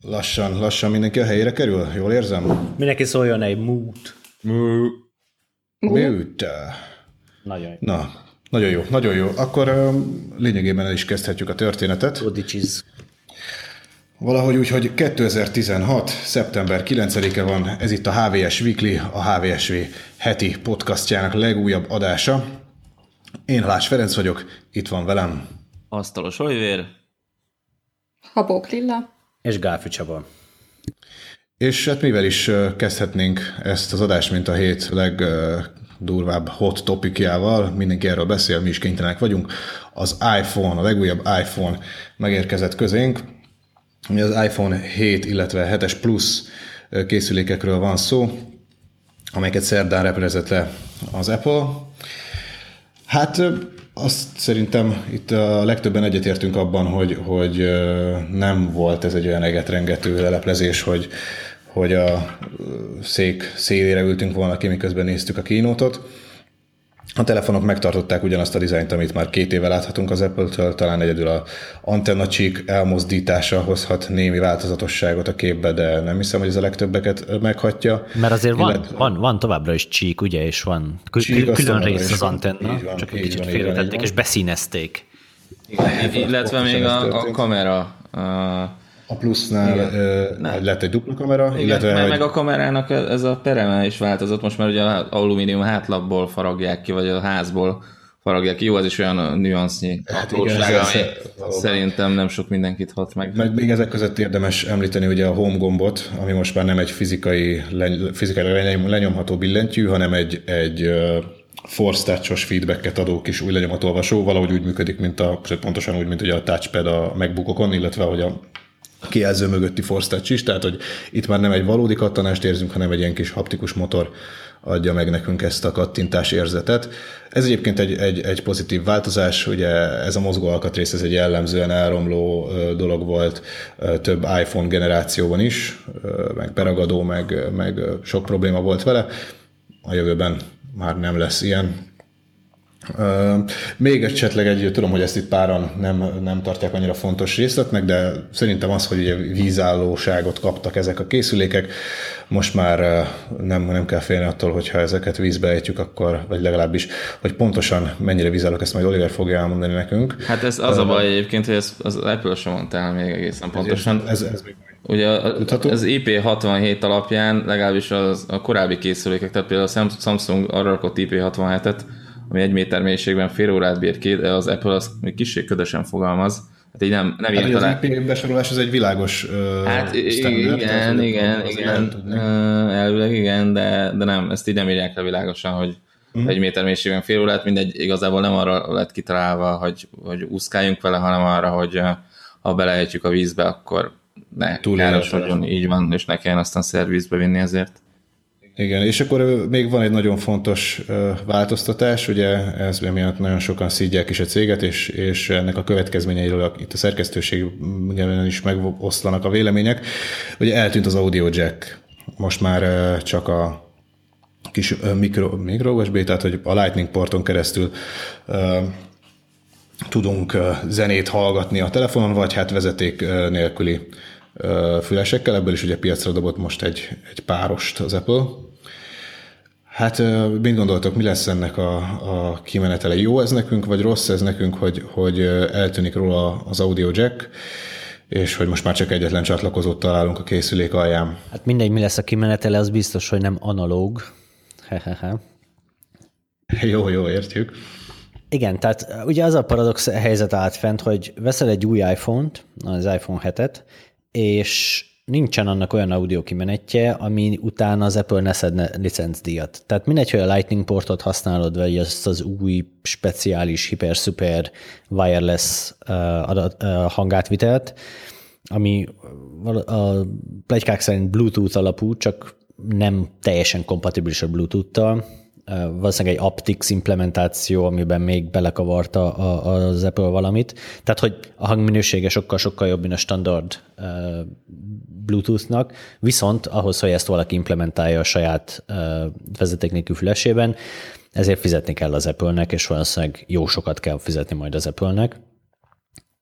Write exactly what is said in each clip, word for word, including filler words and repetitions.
Lassan, lassan mindenki a helyére kerül, jól érzem? Mindenki szóljon egy mood. Mood. Nagyon jó. Na, nagyon jó, nagyon jó. Akkor lényegében el is kezdhetjük a történetet. Odicsiz. Valahogy úgy, hogy kétezer-tizenhat. szeptember kilencedike van, ez itt a há vé es Weekly, a há vé es vé heti podcastjának legújabb adása. Én Halász Ferenc vagyok, itt van velem. Asztalos Olivér. Habók Lilla. És Gálfi Csaba. És hát mivel is kezdhetnénk ezt az adást, mint a hét legdurvább hot topikjával, mindenki erről beszél, mi is kénytelenek vagyunk. Az iPhone, a legújabb iPhone megérkezett közénk. Ami az iPhone hét, illetve hetes Plus készülékekről van szó, amelyeket szerdán repülezett le az Apple. Hát azt szerintem itt a legtöbben egyetértünk abban, hogy, hogy nem volt ez egy olyan egetrengető leleplezés, hogy, hogy a szék szélére ültünk volna ki, miközben néztük a keynote-ot. A telefonok megtartották ugyanazt a dizájnt, amit már két éve láthatunk az Apple-től, talán egyedül a antennacsík elmozdítása hozhat némi változatosságot a képbe, de nem hiszem, hogy ez a legtöbbeket meghatja. Mert azért van, Illet... van, van továbbra is csík, ugye, és van kül- külön rész az antenna, van, csak egy kicsit félretették, és beszínezték. Igen, illetve még a, a kamera... A... A Plusnál uh, lett egy dupla kamera. Igen, illetve, meg, hogy... meg a kamerának ez a pereme is változott, most már ugye az alumínium hátlapból faragják ki, vagy a házból faragják ki. Jó, ez is olyan nüansznyi hát apróság, ami szerintem nem sok mindenkit hat meg. Meg még ezek között érdemes említeni ugye a home gombot, ami most már nem egy fizikai, fizikai lenyomható billentyű, hanem egy, egy force touch-os feedbacket adó kis új lenyomatolvasó, valahogy úgy működik, mint a, pontosan úgy, mint ugye a touchpad a MacBookokon, illetve hogy a kijelző mögötti force touch is, tehát hogy itt már nem egy valódi kattanást érzünk, hanem egy ilyen kis haptikus motor adja meg nekünk ezt a kattintás érzetet. Ez egyébként egy, egy, egy pozitív változás, ugye ez a mozgó alkatrész, ez egy jellemzően elromló dolog volt több iPhone generációban is, meg beragadó, meg, meg sok probléma volt vele. A jövőben már nem lesz ilyen. Uh, még esetleg egy, tudom, hogy ezt itt páran nem, nem tartják annyira fontos részletnek, de szerintem az, hogy ugye vízállóságot kaptak ezek a készülékek, most már uh, nem, nem kell félni attól, hogyha ezeket vízbe ejtjük, akkor, vagy legalábbis, hogy pontosan mennyire vízállók, ezt majd Oliver fogja elmondani nekünk. Hát ez az uh, a baj egyébként, hogy ez, az Apple sem mondta el még egészen pontosan. Ez, ez, ez ugye az I P hatvanhét alapján legalábbis az, a korábbi készülékek, tehát például a Samsung arra rakott I P hatvanhetet, ami egy méter mélységben fél órát bír ki, de az Apple az még kissé ködösen fogalmaz. Hát így nem, nem hát írta le. Az I P besorolás az egy világos uh, hát standard. Igen, igen, igen, uh, elvileg igen, de, de nem, ezt így nem írják le világosan, hogy uh-huh. egy méter mélységben fél órát, mindegy, igazából nem arra lett kitalálva, hogy, hogy úszkáljunk vele, hanem arra, hogy ha belejtjük a vízbe, akkor ne károsodjon, így van, és ne kelljen aztán szervízbe vinni ezért. Igen, és akkor még van egy nagyon fontos változtatás, ugye ez miatt nagyon sokan szídják is a céget, és, és ennek a következményeiről itt a szerkesztőségben is megoszlanak a vélemények. Ugye eltűnt az audio jack, most már csak a kis mikro, mikro u es bé, tehát hogy a Lightning porton keresztül uh, tudunk zenét hallgatni a telefonon, vagy hát vezeték nélküli fülesekkel, ebből is ugye piacra dobott most egy, egy párost az Apple. Hát mit gondoltok, mi lesz ennek a, a kimenetele? Jó ez nekünk, vagy rossz ez nekünk, hogy, hogy eltűnik róla az audio jack, és hogy most már csak egyetlen csatlakozót találunk a készülék alján? Hát mindegy, mi lesz a kimenetele, az biztos, hogy nem analóg. Jó, jó, értjük. Igen, tehát ugye az a paradox helyzet állt fent, hogy veszel egy új iPhone-t, az iPhone hetet, és nincsen annak olyan audio kimenetje, ami után az Apple ne szedne licencdíjat. Tehát mindegy, hogy a Lightning portot használod, vagy azt az új, speciális, hiper-szuper wireless uh, adat, uh, hangátvitelt, ami a pletykák szerint Bluetooth alapú, csak nem teljesen kompatibilis a Bluetooth-tal. Valószínűleg egy aptics implementáció, amiben még belekavarta az Apple valamit. Tehát, hogy a hangminősége sokkal-sokkal jobb, mint a standard Bluetooth-nak, viszont ahhoz, hogy ezt valaki implementálja a saját vezeték nélkül fülesében, ezért fizetni kell az Apple-nek, és valószínűleg jó sokat kell fizetni majd az Apple-nek.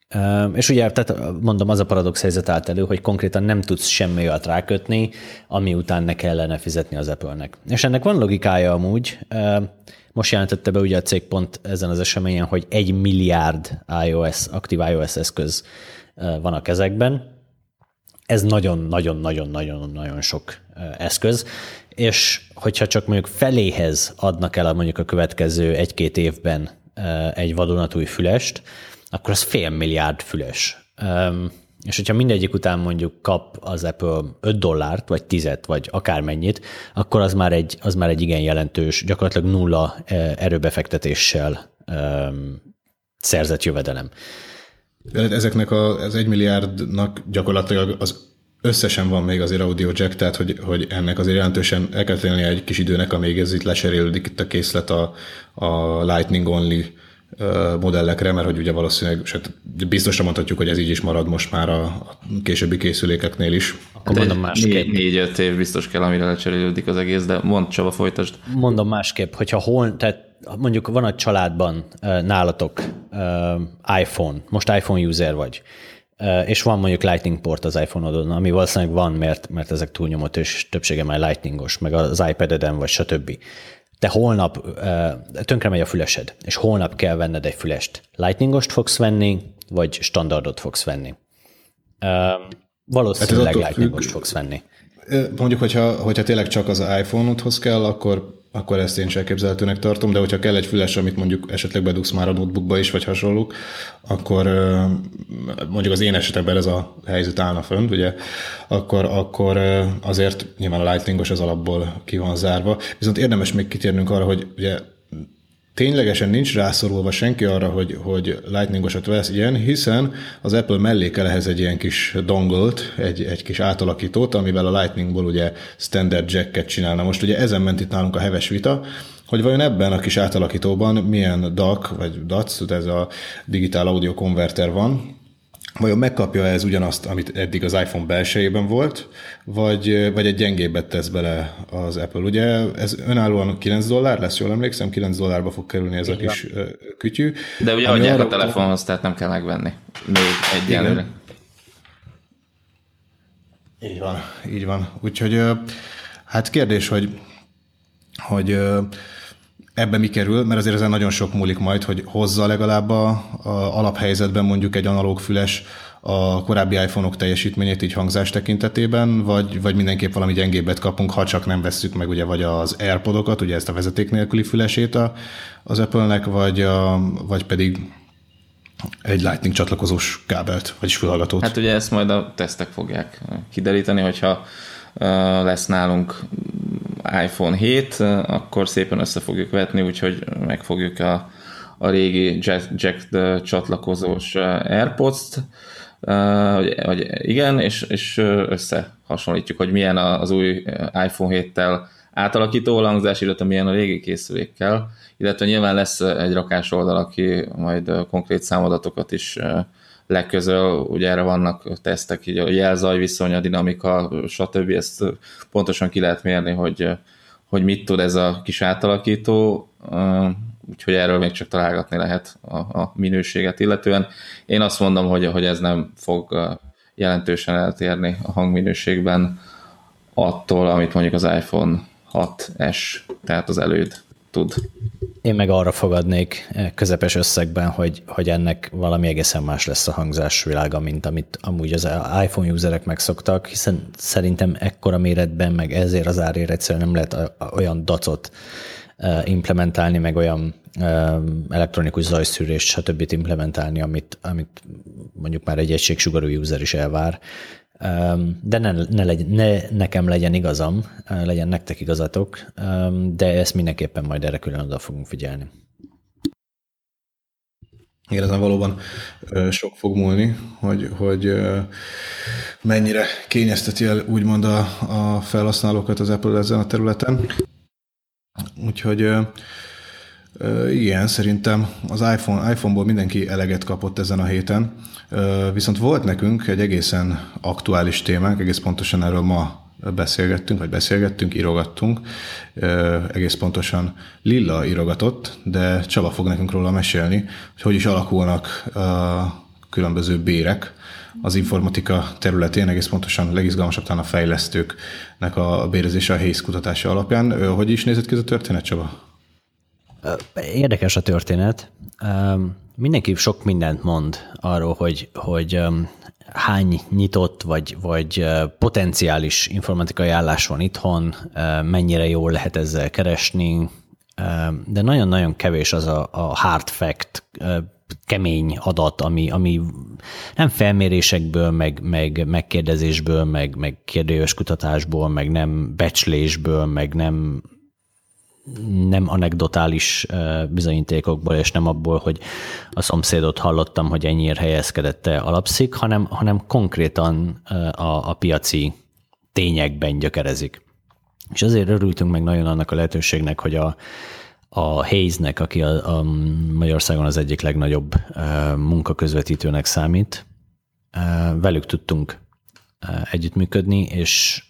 És ugye, tehát mondom, az a paradox helyzet állt elő, hogy konkrétan nem tudsz semmi olyat rákötni, ami után ne kellene fizetni az Apple-nek. És ennek van logikája amúgy. Most jelentette be ugye a cég pont ezen az eseményen, hogy egy milliárd iOS, aktív iOS eszköz van a kezekben. Ez nagyon-nagyon-nagyon-nagyon-nagyon sok eszköz, és hogyha csak mondjuk feléhez adnak el mondjuk a következő egy-két évben egy vadonatúj fülest, akkor az fél milliárd füles. És hogyha mindegyik után mondjuk kap az Apple öt dollárt, vagy tízet, vagy akármennyit, akkor az már egy, az már egy igen jelentős, gyakorlatilag nulla erőbefektetéssel szerzett jövedelem. Ezeknek a, az egy milliárdnak gyakorlatilag az összesen van még azért audio jack, tehát hogy, hogy ennek azért jelentősen el kell tenni egy kis időnek, amíg ez itt leserélődik itt a készlet a, a Lightning Only modellekre, mert hogy ugye valószínűleg, sőt, biztosra mondhatjuk, hogy ez így is marad most már a későbbi készülékeknél is. Hát mondom másképp. Négy-öt év biztos kell, amire lecserélődik az egész, de mondd Csaba, folytasd. Mondom másképp, hogyha hol, tehát mondjuk van a családban nálatok iPhone, most iPhone user vagy, és van mondjuk Lightning port az iPhone-odon, ami valószínűleg van, mert, mert ezek túlnyomott, és többsége már Lightningos, meg az iPad-eden, vagy stb. Te holnap tönkre megy a fülesed, és holnap kell venned egy fülest. Lightningost fogsz venni, vagy standardot fogsz venni? Valószínűleg hát Lightningost függ, fogsz venni. Mondjuk, hogyha, hogyha tényleg csak az iPhone-odhoz kell, akkor, akkor ezt én is elképzelhetőnek tartom, de hogyha kell egy füles, amit mondjuk esetleg bedugsz már a notebookba is, vagy hasonlók, akkor mondjuk az én esetemben ez a helyzet állna fönt, ugye, akkor, akkor azért nyilván a Lightningos az alapból ki van zárva. Viszont érdemes még kitérnünk arra, hogy ugye ténylegesen nincs rászorulva senki arra, hogy, hogy Lightningosat vesz ilyen, hiszen az Apple mellékel ehhez egy ilyen kis dongle-t, egy, egy kis átalakítót, amivel a Lightningból ugye standard jacket csinálna. Most ugye ezen ment itt nálunk a heves vita, hogy vajon ebben a kis átalakítóban milyen D A C, vagy D A C, ez a Digital Audio Converter van, vajon megkapja ez ugyanazt, amit eddig az iPhone belsejében volt, vagy, vagy egy gyengébbet tesz bele az Apple. Ugye ez önállóan kilenc dollár lesz, jól emlékszem, kilenc dollárba fog kerülni ez a kis kütyű. De ugye adják a telefonhoz, tehát nem kell megvenni. Még egyenlőre. Így van, így van. Úgyhogy hát kérdés, hogy, hogy ebben mi kerül, mert azért ezen nagyon sok múlik majd, hogy hozza legalább a, a alaphelyzetben mondjuk egy analóg füles a korábbi iPhone-ok teljesítményét így hangzás tekintetében, vagy, vagy mindenképp valami gyengébbet kapunk, ha csak nem vesszük meg ugye vagy az AirPodokat, ugye ezt a vezeték nélküli fülesét a, az Apple-nek, vagy, a, vagy pedig egy Lightning csatlakozós kábelt, vagyis fülhallgatót. Hát ugye ezt majd a tesztek fogják kideríteni, hogyha lesz nálunk iPhone hét, akkor szépen össze fogjuk vetni, úgyhogy megfogjuk a, a régi jack, jack csatlakozós AirPods-t, hogy igen, és, és összehasonlítjuk, hogy milyen az új iPhone héttel átalakító hangzás, illetve milyen a régi készülékkel, illetve nyilván lesz egy rakás oldal, aki majd konkrét számadatokat is legközöl, ugye erre vannak tesztek, így a jelzaj viszony, a dinamika, stb. Ezt pontosan ki lehet mérni, hogy, hogy mit tud ez a kis átalakító, úgyhogy erről még csak találgatni lehet a, a minőséget illetően. Én azt mondom, hogy, hogy ez nem fog jelentősen eltérni a hangminőségben attól, amit mondjuk az iPhone hat es, tehát az előd tud. Én meg arra fogadnék közepes összegben, hogy, hogy ennek valami egészen más lesz a hangzásvilága, mint amit amúgy az iPhone userek megszoktak, hiszen szerintem ekkora méretben, meg ezért az árért egyszerűen nem lehet olyan dacot implementálni, meg olyan elektronikus zajszűrést, stb. Implementálni, amit, amit mondjuk már egy egységsugarú user is elvár. De ne, ne, legyen, ne nekem legyen igazam, legyen nektek igazatok, de ezt mindenképpen majd erre külön oda fogunk figyelni. Igen, ezen valóban sok fog múlni, hogy, hogy mennyire kényezteti el úgymond a, a felhasználókat az Apple ezen a területen. Úgyhogy igen, szerintem az iPhone, iPhone-ból mindenki eleget kapott ezen a héten, viszont volt nekünk egy egészen aktuális témánk, egész pontosan erről ma beszélgettünk, vagy beszélgettünk, írogattunk, egész pontosan Lilla írogatott, de Csaba fog nekünk róla mesélni, hogy hogy is alakulnak különböző bérek az informatika területén, egész pontosan legizgalmasabb talán a fejlesztőknek a bérezése a Hayes kutatása alapján. Hogy is nézett ki ez a történet, Csaba? Érdekes a történet. Mindenki sok mindent mond arról, hogy, hogy hány nyitott vagy, vagy potenciális informatikai állás van itthon, mennyire jól lehet ezzel keresni, de nagyon-nagyon kevés az a, a hard fact, kemény adat, ami, ami nem felmérésekből, meg, meg megkérdezésből, meg, meg kérdőjös kutatásból, meg nem becslésből, meg nem nem anekdotális bizonyítékokból, és nem abból, hogy a szomszédot hallottam, hogy ennyire helyezkedett-e alapszik, hanem, hanem konkrétan a, a piaci tényekben gyökerezik. És azért örültünk meg nagyon annak a lehetőségnek, hogy a, a Hayes-nek, aki a, a Magyarországon az egyik legnagyobb munkaközvetítőnek számít, velük tudtunk együttműködni, és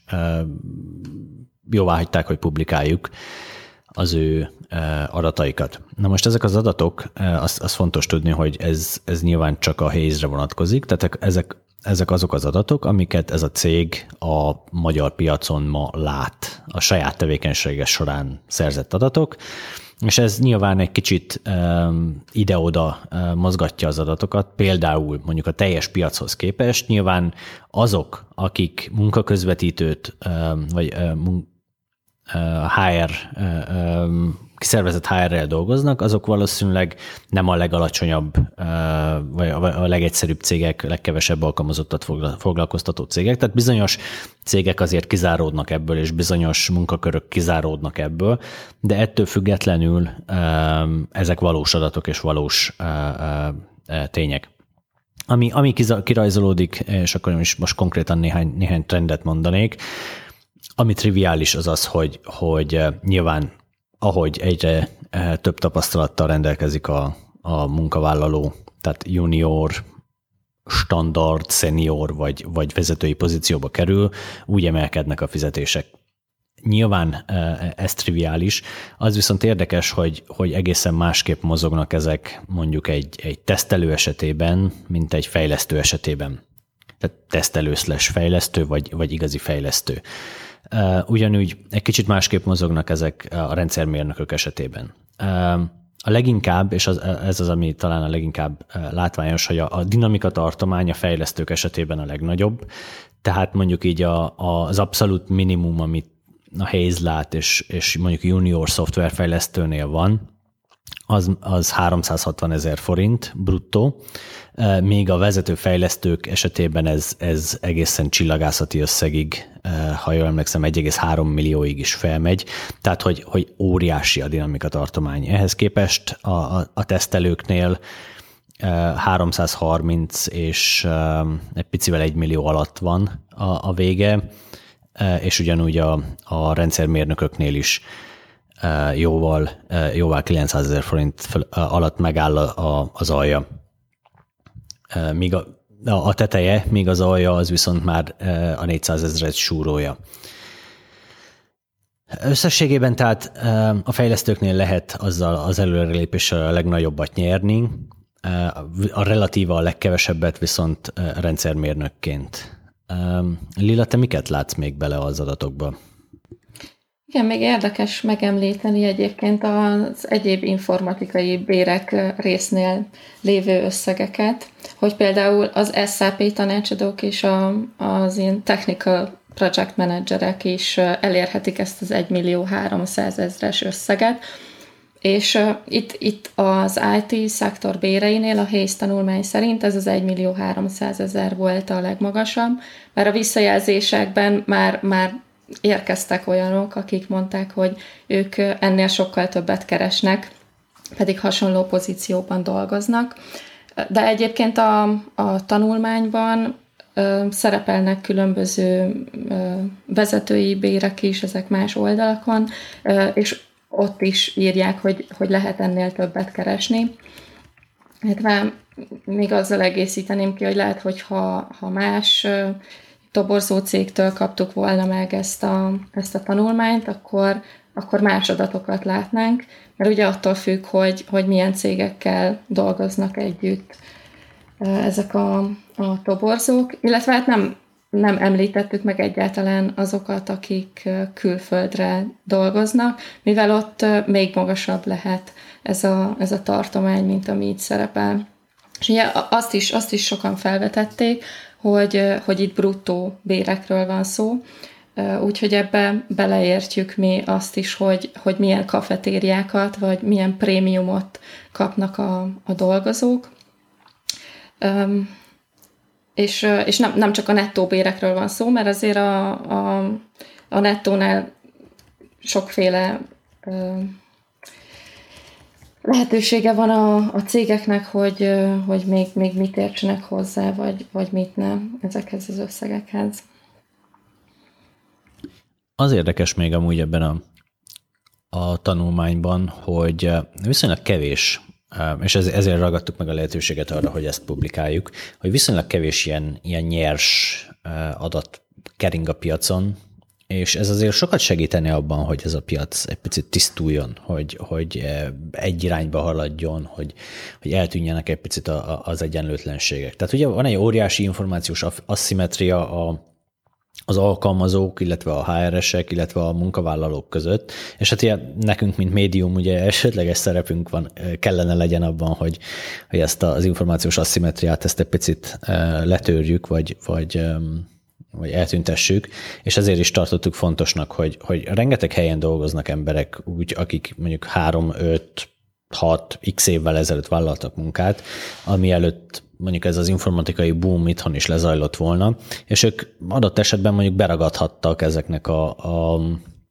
jóvá hagyták, hogy publikáljuk az ő adataikat. Na most ezek az adatok, az, az fontos tudni, hogy ez, ez nyilván csak a Hayes-re vonatkozik, tehát ezek, ezek azok az adatok, amiket ez a cég a magyar piacon ma lát, a saját tevékenysége során szerzett adatok, és ez nyilván egy kicsit um, ide-oda um, mozgatja az adatokat, például mondjuk a teljes piachoz képest, nyilván azok, akik munkaközvetítőt, um, vagy um, há er, kiszervezett há er-rel dolgoznak, azok valószínűleg nem a legalacsonyabb, vagy a legegyszerűbb cégek, legkevesebb alkalmazottat foglalkoztató cégek, tehát bizonyos cégek azért kizáródnak ebből, és bizonyos munkakörök kizáródnak ebből, de ettől függetlenül ezek valós adatok és valós tények. Ami, ami kirajzolódik, és akkor is most konkrétan néhány, néhány trendet mondanék, ami triviális az az, hogy, hogy nyilván ahogy egyre több tapasztalattal rendelkezik a, a munkavállaló, tehát junior, standard, senior vagy, vagy vezetői pozícióba kerül, úgy emelkednek a fizetések. Nyilván ez triviális, az viszont érdekes, hogy, hogy egészen másképp mozognak ezek mondjuk egy, egy tesztelő esetében, mint egy fejlesztő esetében. Tehát tesztelő slash fejlesztő, vagy, vagy igazi fejlesztő. Ugyanúgy egy kicsit másképp mozognak ezek a rendszermérnökök esetében. A leginkább, és az, ez az, ami talán a leginkább látványos, hogy a, a dinamika tartomány a fejlesztők esetében a legnagyobb, tehát mondjuk így a, a, az abszolút minimum, amit a Hayes lát, és, és mondjuk junior szoftverfejlesztőnél van, az, az háromszázhatvanezer forint bruttó, még a vezető fejlesztők esetében ez, ez egészen csillagászati összegig, ha jól emlékszem, egy egész három millióig is felmegy, tehát hogy, hogy óriási a dinamika tartomány. Ehhez képest a, a, a tesztelőknél háromszázharminc és egy picivel egy millió alatt van a, a vége, és ugyanúgy a, a rendszermérnököknél is jóval, jóval kilencszázezer forint alatt megáll a, az alja. Míg a, a teteje, míg az alja, az viszont már a négyszázezret súrója. Összességében tehát a fejlesztőknél lehet azzal az előrelépéssel a legnagyobbat nyerni, a relatíva a legkevesebbet viszont rendszermérnökként. Lila, te miket látsz még bele az adatokba? Igen, még érdekes megemlíteni egyébként az egyéb informatikai bérek résznél lévő összegeket, hogy például az es á pé tanácsadók és a, az ilyen technical project managerek is elérhetik ezt az egymillió háromszázezres összeget, és uh, itt, itt az i té szektor béreinél a Hayes tanulmány szerint ez az egymillió háromszázezer volt a legmagasabb, mert a visszajelzésekben már, már érkeztek olyanok, akik mondták, hogy ők ennél sokkal többet keresnek, pedig hasonló pozícióban dolgoznak. De egyébként a, a tanulmányban ö, szerepelnek különböző ö, vezetői bérek is, ezek más oldalakon, ö, és ott is írják, hogy, hogy lehet ennél többet keresni. Hát még azzal egészíteném ki, hogy lehet, hogy ha, ha más ö, toborzó cégtől kaptuk volna meg ezt a, ezt a tanulmányt, akkor, akkor más adatokat látnánk, mert ugye attól függ, hogy, hogy milyen cégekkel dolgoznak együtt. ezek a, a toborzók, illetve hát nem, nem említettük meg egyáltalán azokat, akik külföldre dolgoznak, mivel ott még magasabb lehet ez a, ez a tartomány, mint ami itt szerepel. És ugye azt is, azt is sokan felvetették, hogy, hogy itt bruttó bérekről van szó, úgyhogy ebbe beleértjük mi azt is, hogy, hogy milyen kafetériákat, vagy milyen prémiumot kapnak a, a dolgozók. Um, és és nem, nem csak a nettó bérekről van szó, mert azért a, a, a nettónál sokféle uh, lehetősége van a, a cégeknek, hogy, hogy még, még mit értsenek hozzá, vagy, vagy mit nem ezekhez az összegekhez. Az érdekes még amúgy ebben a, a tanulmányban, hogy viszonylag kevés, és ezért ragadtuk meg a lehetőséget arra, hogy ezt publikáljuk, hogy viszonylag kevés ilyen, ilyen nyers adat kering a piacon, és ez azért sokat segíteni abban, hogy ez a piac egy picit tisztuljon, hogy, hogy egy irányba haladjon, hogy, hogy eltűnjenek egy picit a, a, az egyenlőtlenségek. Tehát ugye van egy óriási információs asszimetria a az alkalmazók, illetve a há er esek, illetve a munkavállalók között, és hát ilyen nekünk, mint médium, ugye esetleges szerepünk van, kellene legyen abban, hogy, hogy ezt az információs asszimetriát ezt egy picit letörjük, vagy, vagy, vagy eltüntessük, és ezért is tartottuk fontosnak, hogy, hogy rengeteg helyen dolgoznak emberek úgy, akik mondjuk három, öt, hat x évvel ezelőtt vállaltak munkát, ami előtt mondjuk ez az informatikai boom itthon is lezajlott volna, és ők adott esetben mondjuk beragadhattak ezeknek a, a,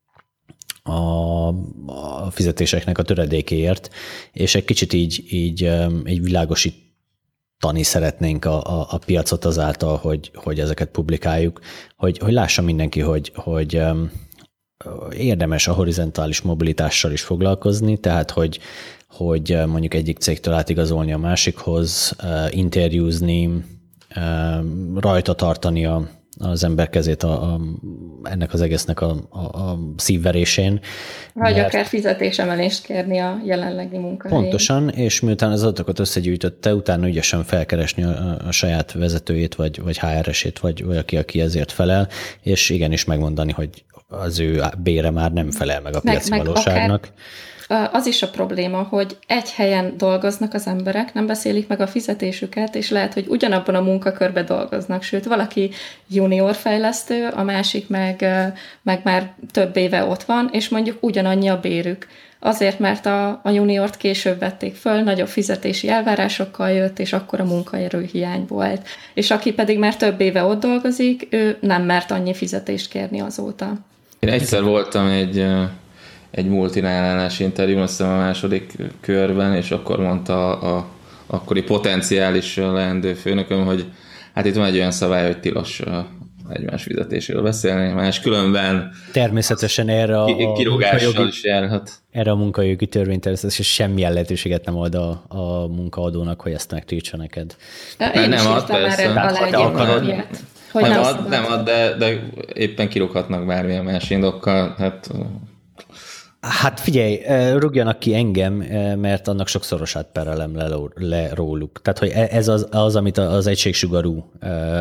a, a fizetéseknek a töredékéért, és egy kicsit így, így, így világosítani szeretnénk a, a, a piacot azáltal, hogy, hogy ezeket publikáljuk, hogy, hogy lássa mindenki, hogy, hogy érdemes a horizontális mobilitással is foglalkozni, tehát hogy hogy mondjuk egyik cégtől átigazolni a másikhoz, interjúzni, rajta tartani a, az ember kezét a, a, ennek az egésznek a, a, a szívverésén. Vagy mert akár fizetésemelést kérni a jelenlegi munkahelyén. Pontosan, és miután az adatokat összegyűjtötte, utána ügyesen felkeresni a, a saját vezetőjét, vagy, vagy há er esét, vagy, vagy aki, aki ezért felel, és igenis megmondani, hogy az ő bére már nem felel meg a meg, piaci meg valóságnak. Akár az is a probléma, hogy egy helyen dolgoznak az emberek, nem beszélik meg a fizetésüket, és lehet, hogy ugyanabban a munkakörben dolgoznak, sőt, valaki junior fejlesztő, a másik meg, meg már több éve ott van, és mondjuk ugyanannyi a bérük. Azért, mert a, a juniort később vették föl, nagyobb fizetési elvárásokkal jött, és akkor a munkaerő hiány volt. És aki pedig már több éve ott dolgozik, ő nem mert annyi fizetést kérni azóta. Én egyszer voltam egy... egy multinál állás interjún, azt hiszem a második körben, és akkor mondta a, a akkori potenciális leendő főnököm, hogy hát itt van egy olyan szabály, hogy tilos egymás fizetéséről beszélni, más különben természetesen erre a, kirúgással is járhat. Erre a munkajogi törvény természetesen semmilyen lehetőséget nem ad a, a munkaadónak, hogy ezt megtiltsa neked. Én nem is ad, persze. Már akarod. Hogy nem, nem ad, nem ad, de, de éppen kirúghatnak bármilyen más indokkal, hát... Hát figyelj, rúgjanak ki engem, mert annak sokszorosát perelem le, le róluk. Tehát, hogy ez az, az amit az egységsugarú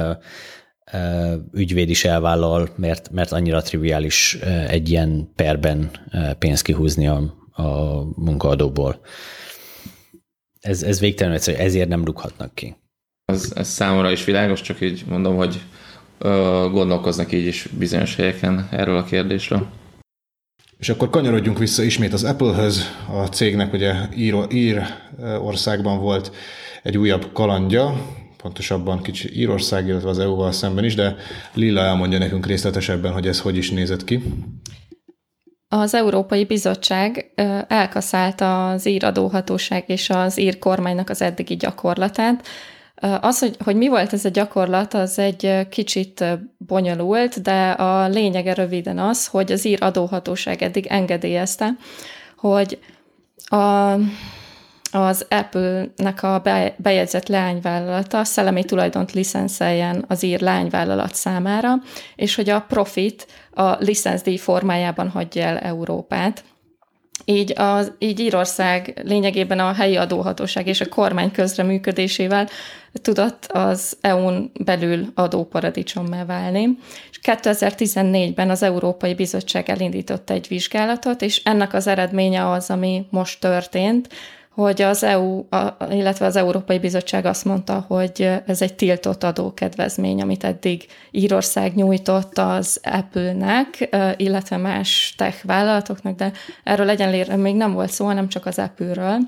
ügyvéd is elvállal, mert, mert annyira triviális egy ilyen perben pénzt kihúzni a, a munkaadóból. Ez, ez végtelenül egyszerű, ezért nem rúghatnak ki. Ez, ez számomra is világos, csak így mondom, hogy ö, gondolkoznak így is bizonyos helyeken erről a kérdésről. És akkor kanyarodjunk vissza ismét az Apple-höz. A cégnek ugye ír, ír országban volt egy újabb kalandja, pontosabban kicsi Írország, illetve az é u-val szemben is, de Lilla elmondja nekünk részletesebben, hogy ez hogy is nézett ki. Az Európai Bizottság elkaszálta az ír adóhatóság és az ír kormánynak az eddigi gyakorlatát. Az, hogy, hogy mi volt ez a gyakorlat, az egy kicsit bonyolult, de a lényege röviden az, hogy az ír adóhatóság eddig engedélyezte, hogy a, az Apple-nek a bejegyzett leányvállalata szellemi tulajdont licenszeljen az ír leányvállalat számára, és hogy a profit a licencdíj formájában hagyja el Európát. így, az, így Írország lényegében a helyi adóhatóság és a kormány közreműködésével tudott az é u-n belül adóparadicsommá válni. És kétezer-tizennégyben az Európai Bizottság elindított egy vizsgálatot, és ennek az eredménye az, ami most történt, hogy az é u, illetve az Európai Bizottság azt mondta, hogy ez egy tiltott adókedvezmény, amit eddig Írország nyújtott az Apple-nek, illetve más tech vállalatoknak, de erről egyenlőre még nem volt szó, hanem csak az Apple-ről.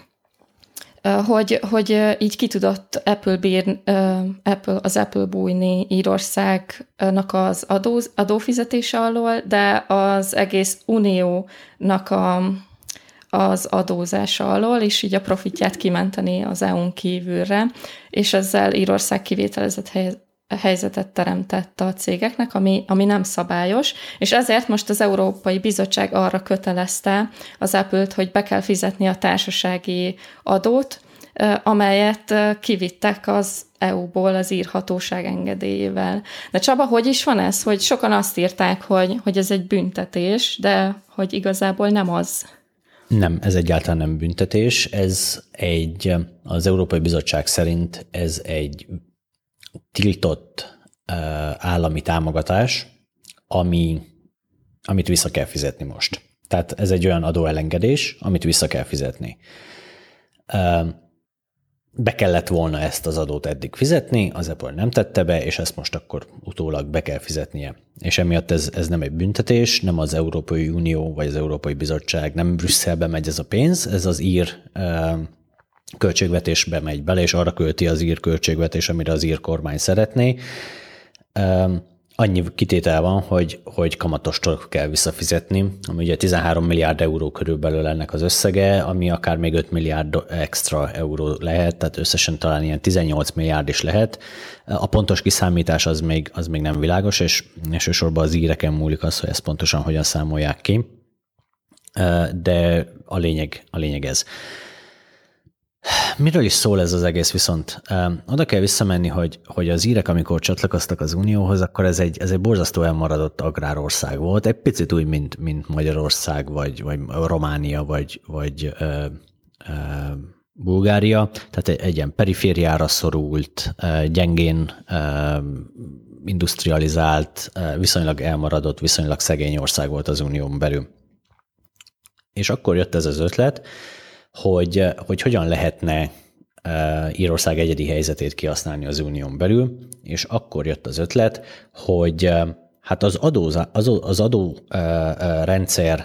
Hogy, hogy így ki tudott Apple bír, Apple, az Apple bújni Írországnak az adó, adófizetése alól, de az egész uniónak a az adózása alól, és így a profitját kimenteni az é u-n kívülre, és ezzel Írország kivételezett helyzetet teremtett a cégeknek, ami, ami nem szabályos, és ezért most az Európai Bizottság arra kötelezte az Apple-t, hogy be kell fizetni a társasági adót, amelyet kivittek az é u-ból az ír hatóság engedélyével. De Csaba, hogy is van ez? Hogy sokan azt írták, hogy, hogy ez egy büntetés, de hogy igazából nem az. Nem, ez egyáltalán nem büntetés, ez egy, az Európai Bizottság szerint ez egy tiltott uh, állami támogatás, ami, amit vissza kell fizetni most. Tehát ez egy olyan adóelengedés, amit vissza kell fizetni. Uh, be kellett volna ezt az adót eddig fizetni, az Apple nem tette be, és ezt most akkor utólag be kell fizetnie. És emiatt ez, ez nem egy büntetés, nem az Európai Unió vagy az Európai Bizottság, nem Brüsszelbe megy ez a pénz, ez az ír uh, költségvetésbe megy bele, és arra költi az ír költségvetés, amire az ír kormány szeretné. Uh, annyi kitétel van, hogy, hogy kamatostól kell visszafizetni, ami ugye tizenhárom milliárd euró körülbelül ennek az összege, ami akár még öt milliárd extra euró lehet, tehát összesen talán ilyen tizennyolc milliárd is lehet. A pontos kiszámítás az még, az még nem világos, és elsősorban az íreken múlik az, hogy ezt pontosan hogyan számolják ki, de a lényeg, a lényeg ez. Miről is szól ez az egész viszont? Oda kell visszamenni, hogy, hogy az írek, amikor csatlakoztak az Unióhoz, akkor ez egy, ez egy borzasztó elmaradott agrárország volt, egy picit úgy, mint, mint Magyarország, vagy, vagy Románia, vagy, vagy ö, ö, Bulgária, tehát egy, egy ilyen perifériára szorult, gyengén ö, industrializált, viszonylag elmaradott, viszonylag szegény ország volt az Unión belül. És akkor jött ez az ötlet, hogy, hogy hogyan lehetne Írország egyedi helyzetét kihasználni az unión belül, és akkor jött az ötlet, hogy hát az, adózá, az, az adó rendszer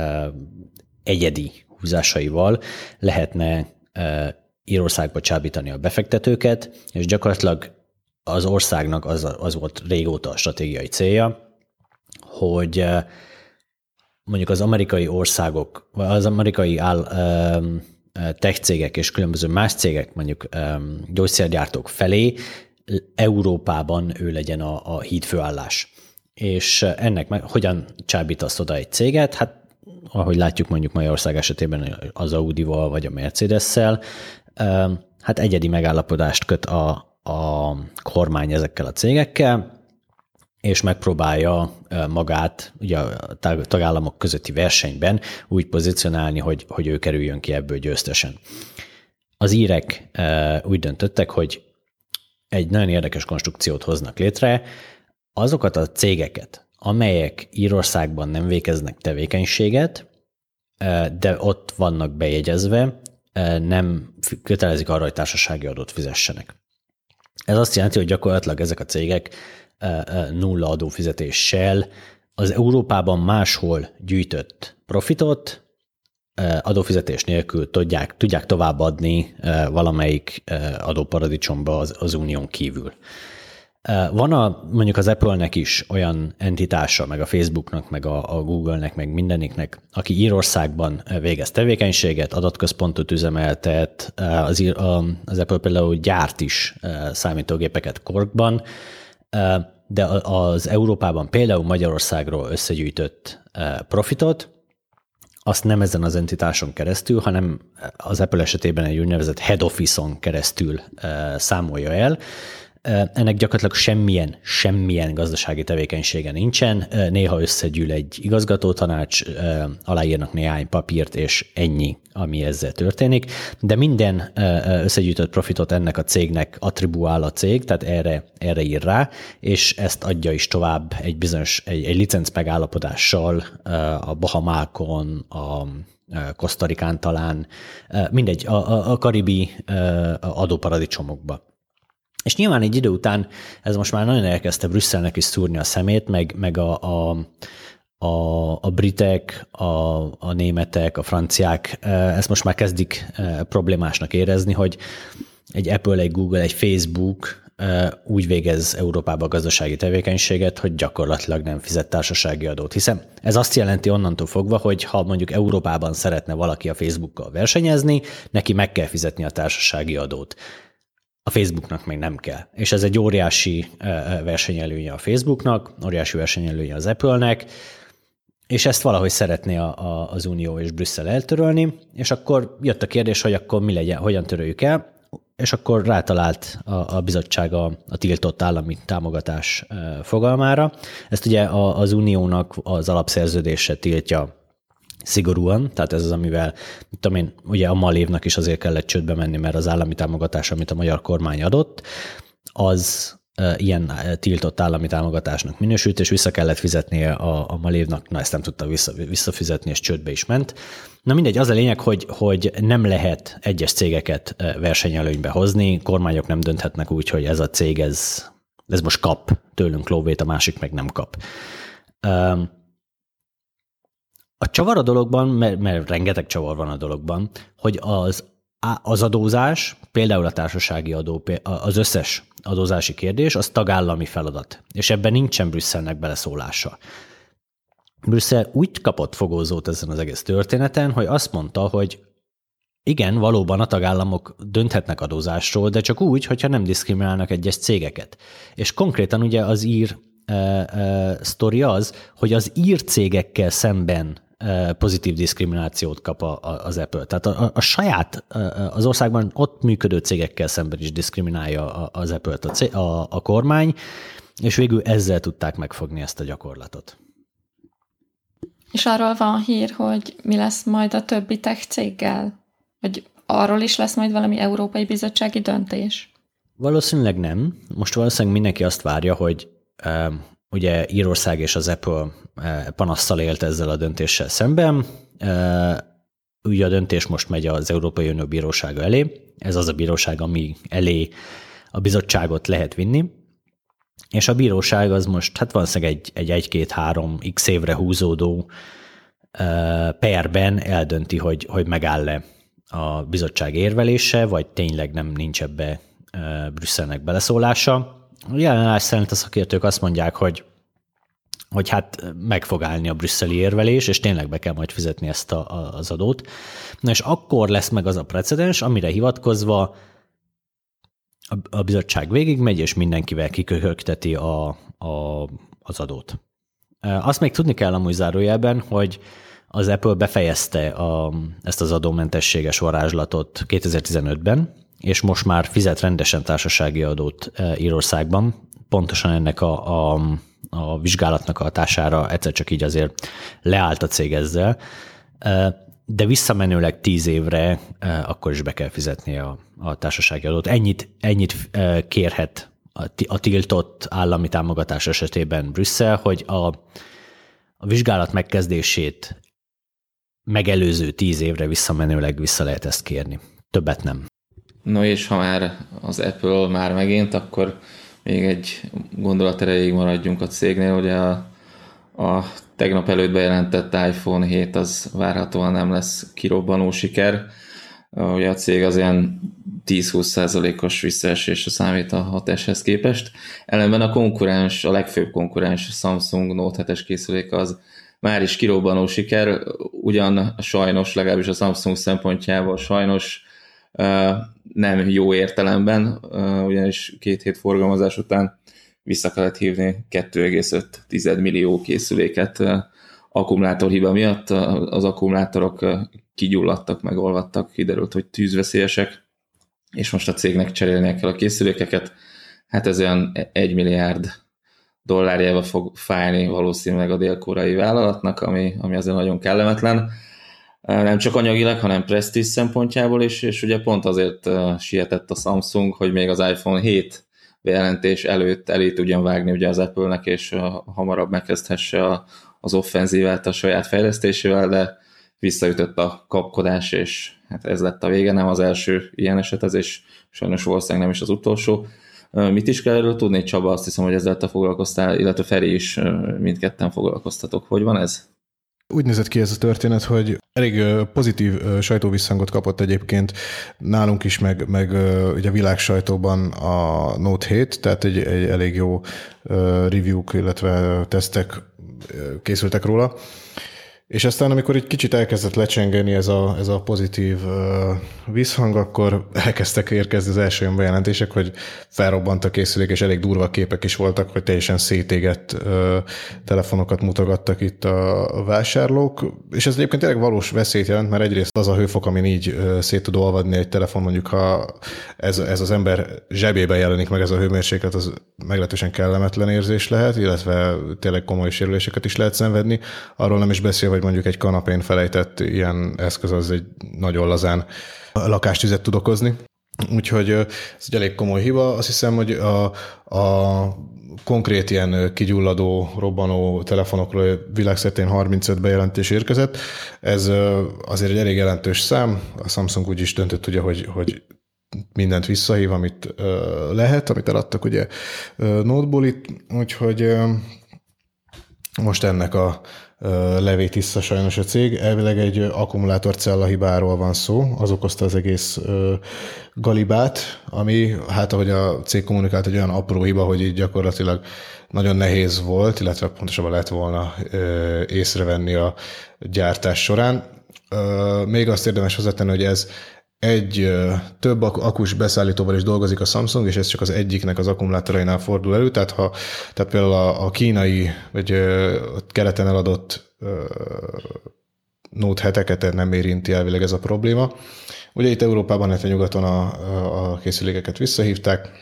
egyedi húzásaival lehetne Írországba csábítani a befektetőket, és gyakorlatilag az országnak az, az volt régóta a stratégiai célja, hogy mondjuk az amerikai országok, vagy az amerikai áll, tech cégek és különböző más cégek, mondjuk gyógyszergyártók felé Európában ő legyen a, a hídfőállás. És ennek meg, hogyan csábítasz oda egy céget? Hát ahogy látjuk mondjuk Magyarország esetében az Audival vagy a Mercedes-szel, hát egyedi megállapodást köt a, a kormány ezekkel a cégekkel, és megpróbálja magát ugye a tagállamok közötti versenyben úgy pozícionálni, hogy, hogy ő kerüljön ki ebből győztesen. Az írek úgy döntöttek, hogy egy nagyon érdekes konstrukciót hoznak létre, azokat a cégeket, amelyek Írországban nem végeznek tevékenységet, de ott vannak bejegyezve, nem kötelezik arra, hogy társasági adót fizessenek. Ez azt jelenti, hogy gyakorlatilag ezek a cégek nulla adófizetéssel az Európában máshol gyűjtött profitot adófizetés nélkül tudják, tudják továbbadni valamelyik adóparadicsomba az, az unión kívül. Van a, mondjuk az Apple-nek is olyan entitása, meg a Facebooknak, meg a, a Google-nek, meg mindeniknek, aki Írországban végez tevékenységet, adatközpontot üzemeltet, az, az Apple például gyárt is számítógépeket Corkban, de az Európában például Magyarországról összegyűjtött profitot, azt nem ezen az entitáson keresztül, hanem az Apple esetében egy úgynevezett head office-on keresztül számolja el, Ennek gyakorlatilag semmilyen, semmilyen gazdasági tevékenysége nincsen. Néha összegyűl egy igazgatótanács, aláírnak néhány papírt, és ennyi, ami ezzel történik. De minden összegyűjtött profitot ennek a cégnek attribuál a cég, tehát erre, erre ír rá, és ezt adja is tovább egy bizonyos, egy, egy licenc megállapodással a Bahamákon, a Kosztarikán talán, mindegy, a, a, a karibi adóparadicsomokba. És nyilván egy idő után ez most már nagyon elkezdte Brüsszelnek is szúrni a szemét, meg, meg a, a, a, a britek, a, a németek, a franciák ezt most már kezdik problémásnak érezni, hogy egy Apple, egy Google, egy Facebook úgy végez Európában a gazdasági tevékenységet, hogy gyakorlatilag nem fizet társasági adót. Hiszen ez azt jelenti onnantól fogva, hogy ha mondjuk Európában szeretne valaki a Facebookkal versenyezni, neki meg kell fizetni a társasági adót. A Facebooknak még nem kell. És ez egy óriási versenyelőnye a Facebooknak, óriási versenyelőnye az Apple-nek, és ezt valahogy szeretné a, a, az Unió és Brüsszel eltörölni, és akkor jött a kérdés, hogy akkor mi legyen, hogyan töröljük el, és akkor rátalált a, a bizottság a, a tiltott állami támogatás fogalmára. Ezt ugye a, az Uniónak az alapszerződése tiltja szigorúan, tehát ez az, amivel, tudom én, ugye a Malévnak is azért kellett csődbe menni, mert az állami támogatás, amit a magyar kormány adott, az e, ilyen tiltott állami támogatásnak minősült, és vissza kellett fizetnie a, a Malévnak, na ezt nem tudta vissza, visszafizetni, és csődbe is ment. Na mindegy, az a lényeg, hogy, hogy nem lehet egyes cégeket versenyelőnybe hozni, kormányok nem dönthetnek úgy, hogy ez a cég, ez, ez most kap tőlünk lóvét, a másik meg nem kap. A csavar a dologban, mert, mert rengeteg csavar van a dologban, hogy az, az adózás, például a társasági adó, az összes adózási kérdés, az tagállami feladat, és ebben nincsen Brüsszelnek beleszólása. Brüsszel úgy kapott fogózót ezen az egész történeten, hogy azt mondta, hogy igen, valóban a tagállamok dönthetnek adózásról, de csak úgy, hogyha nem diszkriminálnak egyes cégeket. És konkrétan ugye az ír e, e, sztori az, hogy az ír cégekkel szemben e, pozitív diszkriminációt kap a, a, az Apple. Tehát a, a saját, az országban ott működő cégekkel szemben is diszkriminálja az Apple-t a, cég, a, a kormány, és végül ezzel tudták megfogni ezt a gyakorlatot. És arról van hír, hogy mi lesz majd a többi tech céggel? Hogy arról is lesz majd valami európai bizottsági döntés? Valószínűleg nem. Most valószínűleg mindenki azt várja, hogy uh, ugye Írország és az Apple uh, panasszal élt ezzel a döntéssel szemben. Uh, ugye a döntés most megy az Európai Unió bírósága elé. Ez az a bíróság, ami elé a bizottságot lehet vinni. És a bíróság az most, hát valószínűleg egy, egy egy-két-három x évre húzódó uh, perben eldönti, hogy, hogy megáll-e a bizottság érvelése, vagy tényleg nem nincs ebbe uh, Brüsszelnek beleszólása. A jelenállás szerint a szakértők azt mondják, hogy, hogy hát meg fog állni a brüsszeli érvelés, és tényleg be kell majd fizetni ezt a, a, az adót. Na és akkor lesz meg az a precedens, amire hivatkozva a bizottság végigmegy, és mindenkivel kiköhögteti a, a, az adót. Azt még tudni kell amúgy zárójelben, hogy az Apple befejezte a, ezt az adómentességes varázslatot kétezer-tizenötben, és most már fizet rendesen társasági adót Írországban. Pontosan ennek a, a, a vizsgálatnak a hatására egyszer csak így azért leállt a cég ezzel, de visszamenőleg tíz évre akkor is be kell fizetni a, a társasági adót. Ennyit, ennyit kérhet a tiltott állami támogatás esetében Brüsszel, hogy a, a vizsgálat megkezdését megelőző tíz évre visszamenőleg vissza lehet ezt kérni. Többet nem. No és ha már az Apple már megint, akkor még egy gondolat erejéig maradjunk a cégnél, ugye a, a tegnap előtt bejelentett iPhone hét az várhatóan nem lesz kirobbanó siker. Ugye a cég az ilyen tíz-húsz százalékos visszaesésre számít a hat eshez képest. Ellenben a konkurens, a legfőbb konkurens Samsung Note hetes készülék az már is kirobbanó siker, ugyan sajnos, legalábbis a Samsung szempontjából sajnos nem jó értelemben, ugyanis két hét forgalmazás után vissza kellett hívni kettő egész öt millió készüléket akkumulátorhiba miatt. Az akkumulátorok kigyulladtak, megolvadtak, kiderült, hogy tűzveszélyesek, és most a cégnek cserélnie kell a készülékeket. hát ez olyan egy milliárd dollárjába fog fájni valószínűleg a dél-koreai vállalatnak, ami, ami azért nagyon kellemetlen. Nem csak anyagilag, hanem presztízs szempontjából is, és ugye pont azért sietett a Samsung, hogy még az iPhone hét bejelentés előtt elé tudjon vágni ugye az Apple-nek, és hamarabb megkezdhesse az offenzívát a saját fejlesztésével, de visszaütött a kapkodás, és hát ez lett a vége, nem az első ilyen eset, ez és sajnos valószínűleg nem is az utolsó. Mit is kell erről tudni, Csaba? Azt hiszem, hogy ezzel te foglalkoztál, illetve Feri is, mindketten foglalkoztatok. Hogy van ez? Úgy nézett ki ez a történet, hogy elég pozitív sajtóvisszhangot kapott egyébként nálunk is, meg, meg ugye a világ sajtóban a Note hét, tehát egy, egy elég jó review-k, illetve tesztek készültek róla. És aztán, amikor egy kicsit elkezdett lecsengeni ez a, ez a pozitív uh, visszhang, akkor elkezdtek érkezni az első olyan bejelentések, hogy felrobbant a készülék, és elég durva képek is voltak, hogy teljesen szétégett uh, telefonokat mutogattak itt a vásárlók. És ez egyébként tényleg valós veszélyt jelent, mert egyrészt az a hőfok, amin így uh, szét tud olvadni egy telefon, mondjuk ha ez, ez az ember zsebében jelenik meg ez a hőmérséklet, az meglehetősen kellemetlen érzés lehet, illetve tényleg komoly sérüléseket is lehet szenvedni. Arról nem is beszél, hogy mondjuk egy kanapén felejtett ilyen eszköz az egy nagyon lazán lakástüzet tud okozni. Úgyhogy ez egy elég komoly hiba. Azt hiszem, hogy a, a konkrét ilyen kigyulladó, robbanó telefonokról világszerte harmincöt bejelentés érkezett. Ez azért egy elég jelentős szám. A Samsung úgy is döntött, ugye, hogy, hogy mindent visszahív, amit lehet, amit eladtak ugye Note-ból itt. Úgyhogy most ennek a levét iszza sajnos a cég. Elvileg egy akkumulátorcella hibáról van szó, az okozta az egész galibát, ami, hát ahogy a cég kommunikált, egy olyan apró hiba, hogy így gyakorlatilag nagyon nehéz volt, illetve pontosabban lett volna észrevenni a gyártás során. Még azt érdemes hozzátenni, hogy ez egy több akus beszállítóval is dolgozik a Samsung, és ez csak az egyiknek az akkumulátorainál fordul elő, tehát, ha, tehát például a, a kínai, vagy keleten eladott Note heteket nem érinti elvileg ez a probléma. Ugye itt Európában, illetve nyugaton a, a készülékeket visszahívták,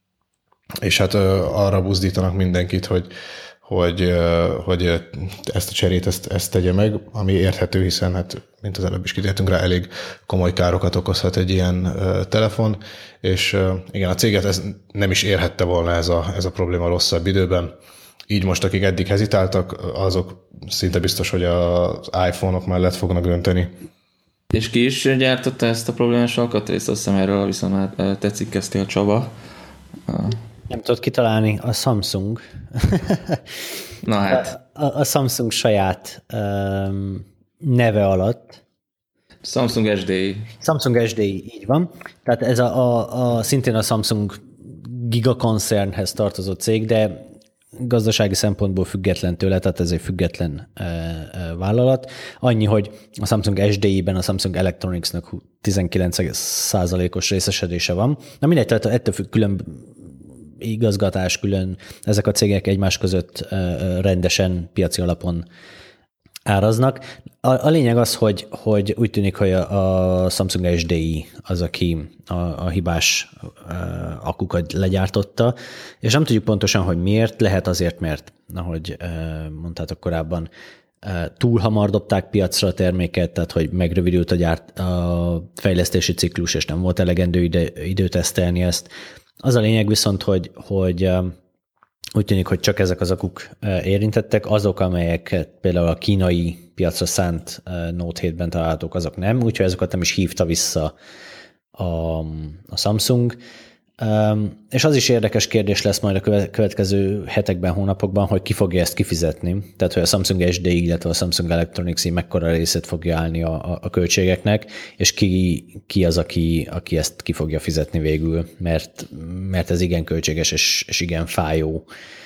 és hát arra buzdítanak mindenkit, hogy hogy, hogy ezt a cserét ezt, ezt tegye meg, ami érthető, hiszen hát, mint az előbb is kitértünk rá, elég komoly károkat okozhat egy ilyen telefon, és igen, a céget ez nem is érhette volna ez a, ez a probléma rosszabb időben. Így most, akik eddig hezitáltak, azok szinte biztos, hogy az iPhone-ok mellett fognak dönteni. És ki is gyártotta ezt a problémás alkatrészt? Azt hiszem, erről viszont már te cikkeztél, Csaba. Nem tudod kitalálni, a Samsung. Na hát. A, a, a Samsung saját um, neve alatt. Samsung es dé i. Samsung es dé i, így van. Tehát ez a, a, a szintén a Samsung gigakoncernhez tartozó cég, de gazdasági szempontból független tőle, tehát ez egy független e, e, vállalat. Annyi, hogy a Samsung es dé i-ben a Samsung Electronics-nak tizenkilenc százalékos részesedése van. Na mindegy, tehát ettől függ, külön igazgatás, külön ezek a cégek egymás között rendesen piaci alapon áraznak. A, a lényeg az, hogy, hogy úgy tűnik, hogy a, a Samsung es dé i az, aki a, a hibás akukat legyártotta, és nem tudjuk pontosan, hogy miért. Lehet azért, mert, ahogy mondtátok korábban, túl hamar dobták piacra a terméket, tehát hogy megrövidült a, gyárt, a fejlesztési ciklus, és nem volt elegendő ide, idő tesztelni ezt. Az a lényeg viszont, hogy, hogy úgy tűnik, hogy csak ezek az akuk érintettek, azok, amelyek például a kínai piacra szánt Note hétben találhatók, azok nem, úgyhogy azokat nem is hívta vissza a, a Samsung. És az is érdekes kérdés lesz majd a következő hetekben, hónapokban, hogy ki fogja ezt kifizetni. Tehát, hogy a Samsung es dé i, illetve a Samsung Electronics mekkora részét fogja állni a, a, a költségeknek, és ki, ki az, aki, aki ezt ki fogja fizetni végül, mert, mert ez igen költséges és, és igen fájó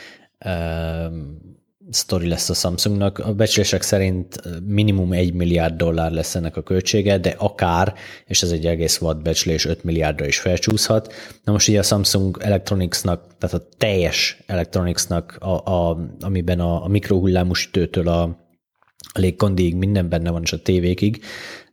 uh, sztori lesz a Samsungnak. A becslések szerint minimum egy milliárd dollár lesz ennek a költsége, de akár, és ez egy egész vad becslés, öt milliárdra is felcsúszhat. Na most ugye a Samsung Electronicsnak, tehát a teljes Electronicsnak, a, a, amiben a, a mikrohullámú sütőtől a, a légkondiig minden benne van, és a tévékig,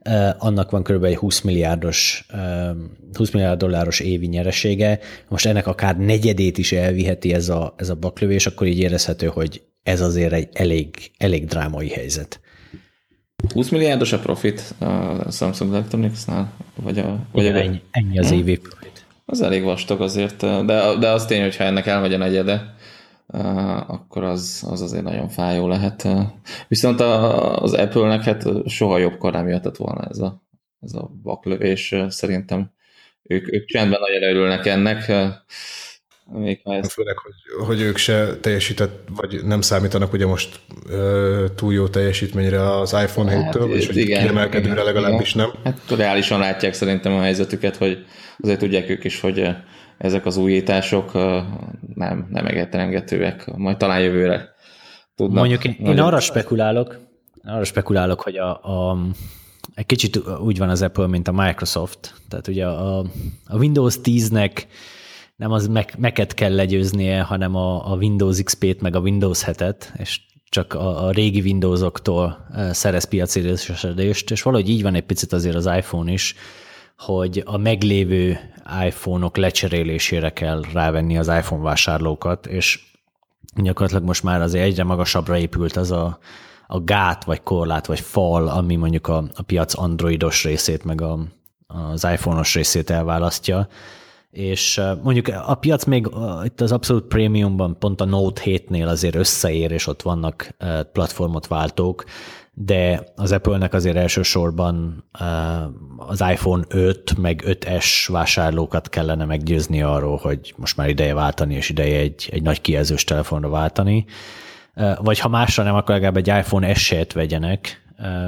annak van kb. húsz milliárdos, húsz milliárd dolláros évi nyeresége, most ennek akár negyedét is elviheti ez a, ez a baklövés, akkor így érezhető, hogy ez azért egy elég, elég drámai helyzet. húsz milliárdos a profit a Samsung Electronicsnál? Vagy a, vagy Igen, a... ennyi, ennyi az évi profit. Az elég vastag azért, de, de az tény, hogyha ennek elmegy a negyede, akkor az, az azért nagyon fájó lehet. Viszont az Apple-nek hát soha jobbkor nem jöhetett volna ez a, ez a baklövés. Szerintem ők, ők csendben nagyon örülnek ennek. Még ha ezt... Főleg, hogy, hogy ők se teljesített, vagy nem számítanak ugye most ö, túl jó teljesítményre az iPhone hát, héttől, vagy hogy kiemelkedőre legalábbis nem. Hát reálisan látják szerintem a helyzetüket, hogy azért tudják ők is, hogy ezek az újítások nem, nem engedhetőek, majd talán jövőre tudnak. Mondjuk én, én arra spekulálok, arra spekulálok, hogy a, a, egy kicsit úgy van az Apple, mint a Microsoft. Tehát ugye a, a Windows tíznek nem az Mac-et kell legyőznie, hanem a, a Windows iksz pét meg a Windows hetet, és csak a, a régi Windowsoktól szerez piaci részesedést, és valahogy így van egy picit azért az iPhone is, hogy a meglévő iPhone-ok lecserélésére kell rávenni az iPhone vásárlókat, és gyakorlatilag most már azért egyre magasabbra épült az a, a gát, vagy korlát, vagy fal, ami mondjuk a, a piac androidos részét, meg a, az iPhone-os részét elválasztja, és mondjuk a piac még itt az Absolute Premiumban pont a Note hétnél azért összeér, és ott vannak platformot váltók, de az Apple-nek azért elsősorban az iPhone öt meg öt es vásárlókat kellene meggyőzni arról, hogy most már ideje váltani, és ideje egy, egy nagy kijelzős telefonra váltani. Vagy ha másra nem, akkor legalább egy iPhone es setet vegyenek,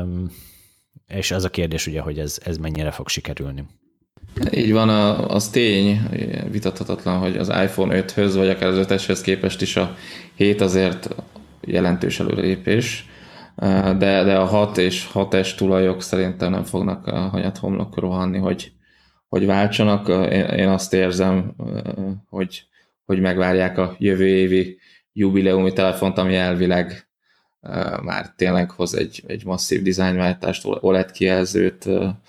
és az a kérdés ugye, hogy ez, ez mennyire fog sikerülni. Így van, az tény, vitathatatlan, hogy az iPhone öthöz, vagy akár az öt eshez képest is a hét azért jelentős előrelépés, de, de a hat és hat es tulajok szerintem nem fognak a hanyat homlok rohanni, hogy, hogy váltsanak. Én, én azt érzem, hogy, hogy megvárják a jövő évi jubileumi telefont, ami elvileg már tényleg hoz egy, egy masszív dizájnváltást, o led kijelzőt,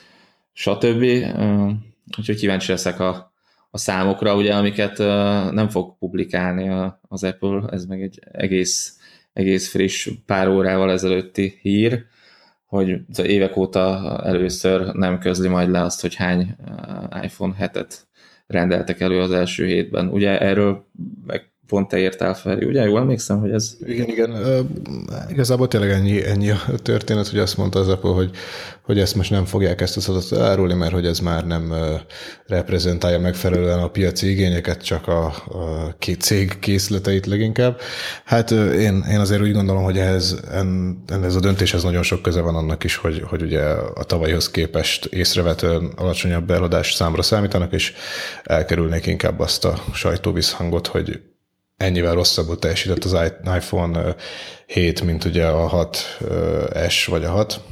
stb. Úgyhogy kíváncsi leszek a, a számokra, ugye, amiket nem fog publikálni az Apple, ez meg egy egész, egész friss, pár órával ezelőtti hír, hogy évek óta először nem közli majd le azt, hogy hány iPhone hetet rendeltek elő az első hétben. Ugye erről meg pont te írtál fel, ugye? Jól emlékszem, hogy ez... Igen, igen. Uh, igazából tényleg ennyi, ennyi a történet, hogy azt mondta az Apple, hogy, hogy ezt most nem fogják ezt az adatot elárulni, mert hogy ez már nem uh, reprezentálja megfelelően a piaci igényeket, csak a, a két cég készleteit leginkább. Hát uh, én, én azért úgy gondolom, hogy ehhez, en, ez a döntéshez nagyon sok köze van annak is, hogy, hogy ugye a tavalyhoz képest észrevetően alacsonyabb eladás számra számítanak, és elkerülnék inkább azt a sajtóvisszhangot, hogy ennyivel rosszabbul teljesített az iPhone hét, mint ugye a hat es vagy a hat.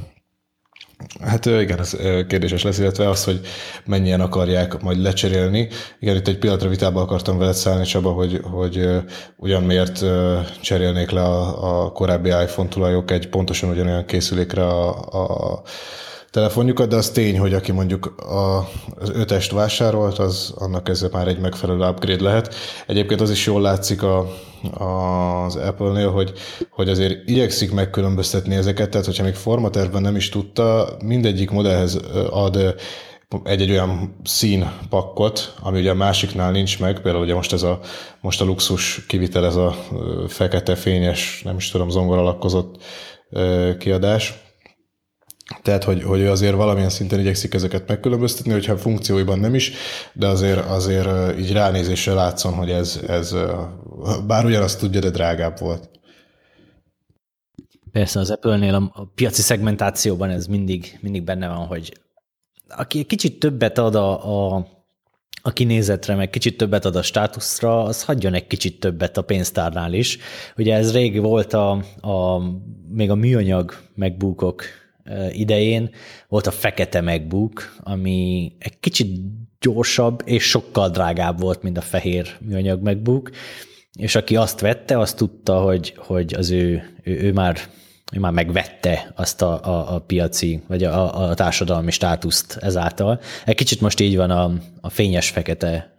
Hát igen, ez kérdéses lesz, illetve az, hogy mennyien akarják majd lecserélni. Igen, itt egy pillanatra vitába akartam veled szállni, Csaba, hogy, hogy ugyan miért cserélnék le a, a korábbi iPhone tulajok egy pontosan ugyanolyan készülékre a, a telefonjukat, de az tény, hogy aki mondjuk a, az öt est vásárolt, az annak ez már egy megfelelő upgrade lehet. Egyébként az is jól látszik a, a, az Apple-nél, hogy, hogy azért igyekszik megkülönböztetni ezeket, tehát hogyha még formatervben nem is tudta, mindegyik modellhez ad egy-egy olyan színpakkot, ami ugye a másiknál nincs meg, például ugye most ez a, most a luxus kivitel, ez a fekete fényes, nem is tudom, zongora lakkozott kiadás. Tehát, hogy, hogy azért valamilyen szinten igyekszik ezeket megkülönböztetni, hogyha funkcióiban nem is, de azért, azért így ránézésre látszon, hogy ez, ez bár ugyanazt tudja, de drágább volt. Persze az Apple-nél a piaci szegmentációban ez mindig, mindig benne van, hogy aki egy kicsit többet ad a, a, a kinézetre, meg kicsit többet ad a státuszra, az hagyjon egy kicsit többet a pénztárnál is. Ugye ez régi volt a, a még a műanyag MacBookok idején, volt a fekete MacBook, ami egy kicsit gyorsabb és sokkal drágább volt, mint a fehér műanyag MacBook, és aki azt vette, azt tudta, hogy, hogy az ő, ő, ő már már megvette azt a, a, a piaci, vagy a, a társadalmi státuszt ezáltal. Egy kicsit most így van a, a fényes-fekete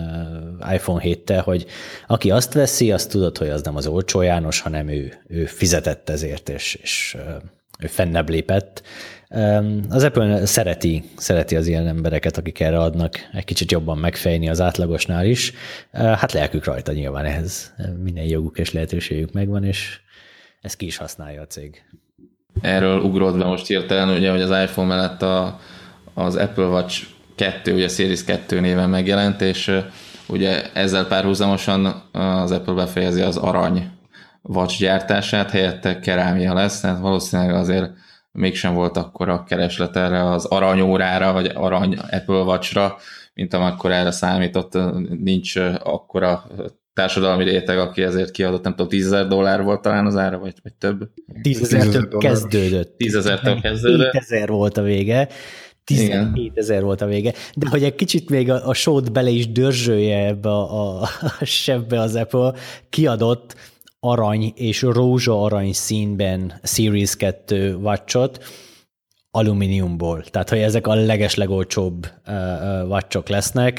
uh, iPhone héttel, hogy aki azt veszi, azt tudod, hogy az nem az olcsó János, hanem ő, ő fizetett ezért, és, és uh, ő fennebb lépett. Um, az Apple szereti, szereti az ilyen embereket, akik erre adnak egy kicsit jobban megfejni az átlagosnál is. Uh, hát lelkük rajta nyilván ehhez. Minden joguk és lehetőségük megvan, és ezt ki is használja a cég. Erről ugrott be most hirtelen, ugye, hogy az iPhone mellett a, az Apple Watch kettő, ugye Series kettő néven megjelent, és ugye ezzel párhuzamosan az Apple befejezi az arany watch gyártását, helyette kerámia lesz, tehát valószínűleg azért mégsem volt akkora kereslet erre az aranyórára, vagy arany Apple Watchra, mint amikor erre számított, nincs akkora társadalmi réteg, aki ezért kiadott, nem tudom, tízezer dollár volt talán az ára, vagy, vagy több? Tízezertől kezdődött. Tízezertől kezdődött. Hétezer volt a vége. tizenhétezer volt a vége. De hogy egy kicsit még a, a sót bele is dörzsölje ebbe a, a, a sebbe az Apple, kiadott arany és rózsa arany színben Series kettő watchot alumíniumból. Tehát, hogy ezek a legeslegolcsóbb uh, uh, watchok lesznek,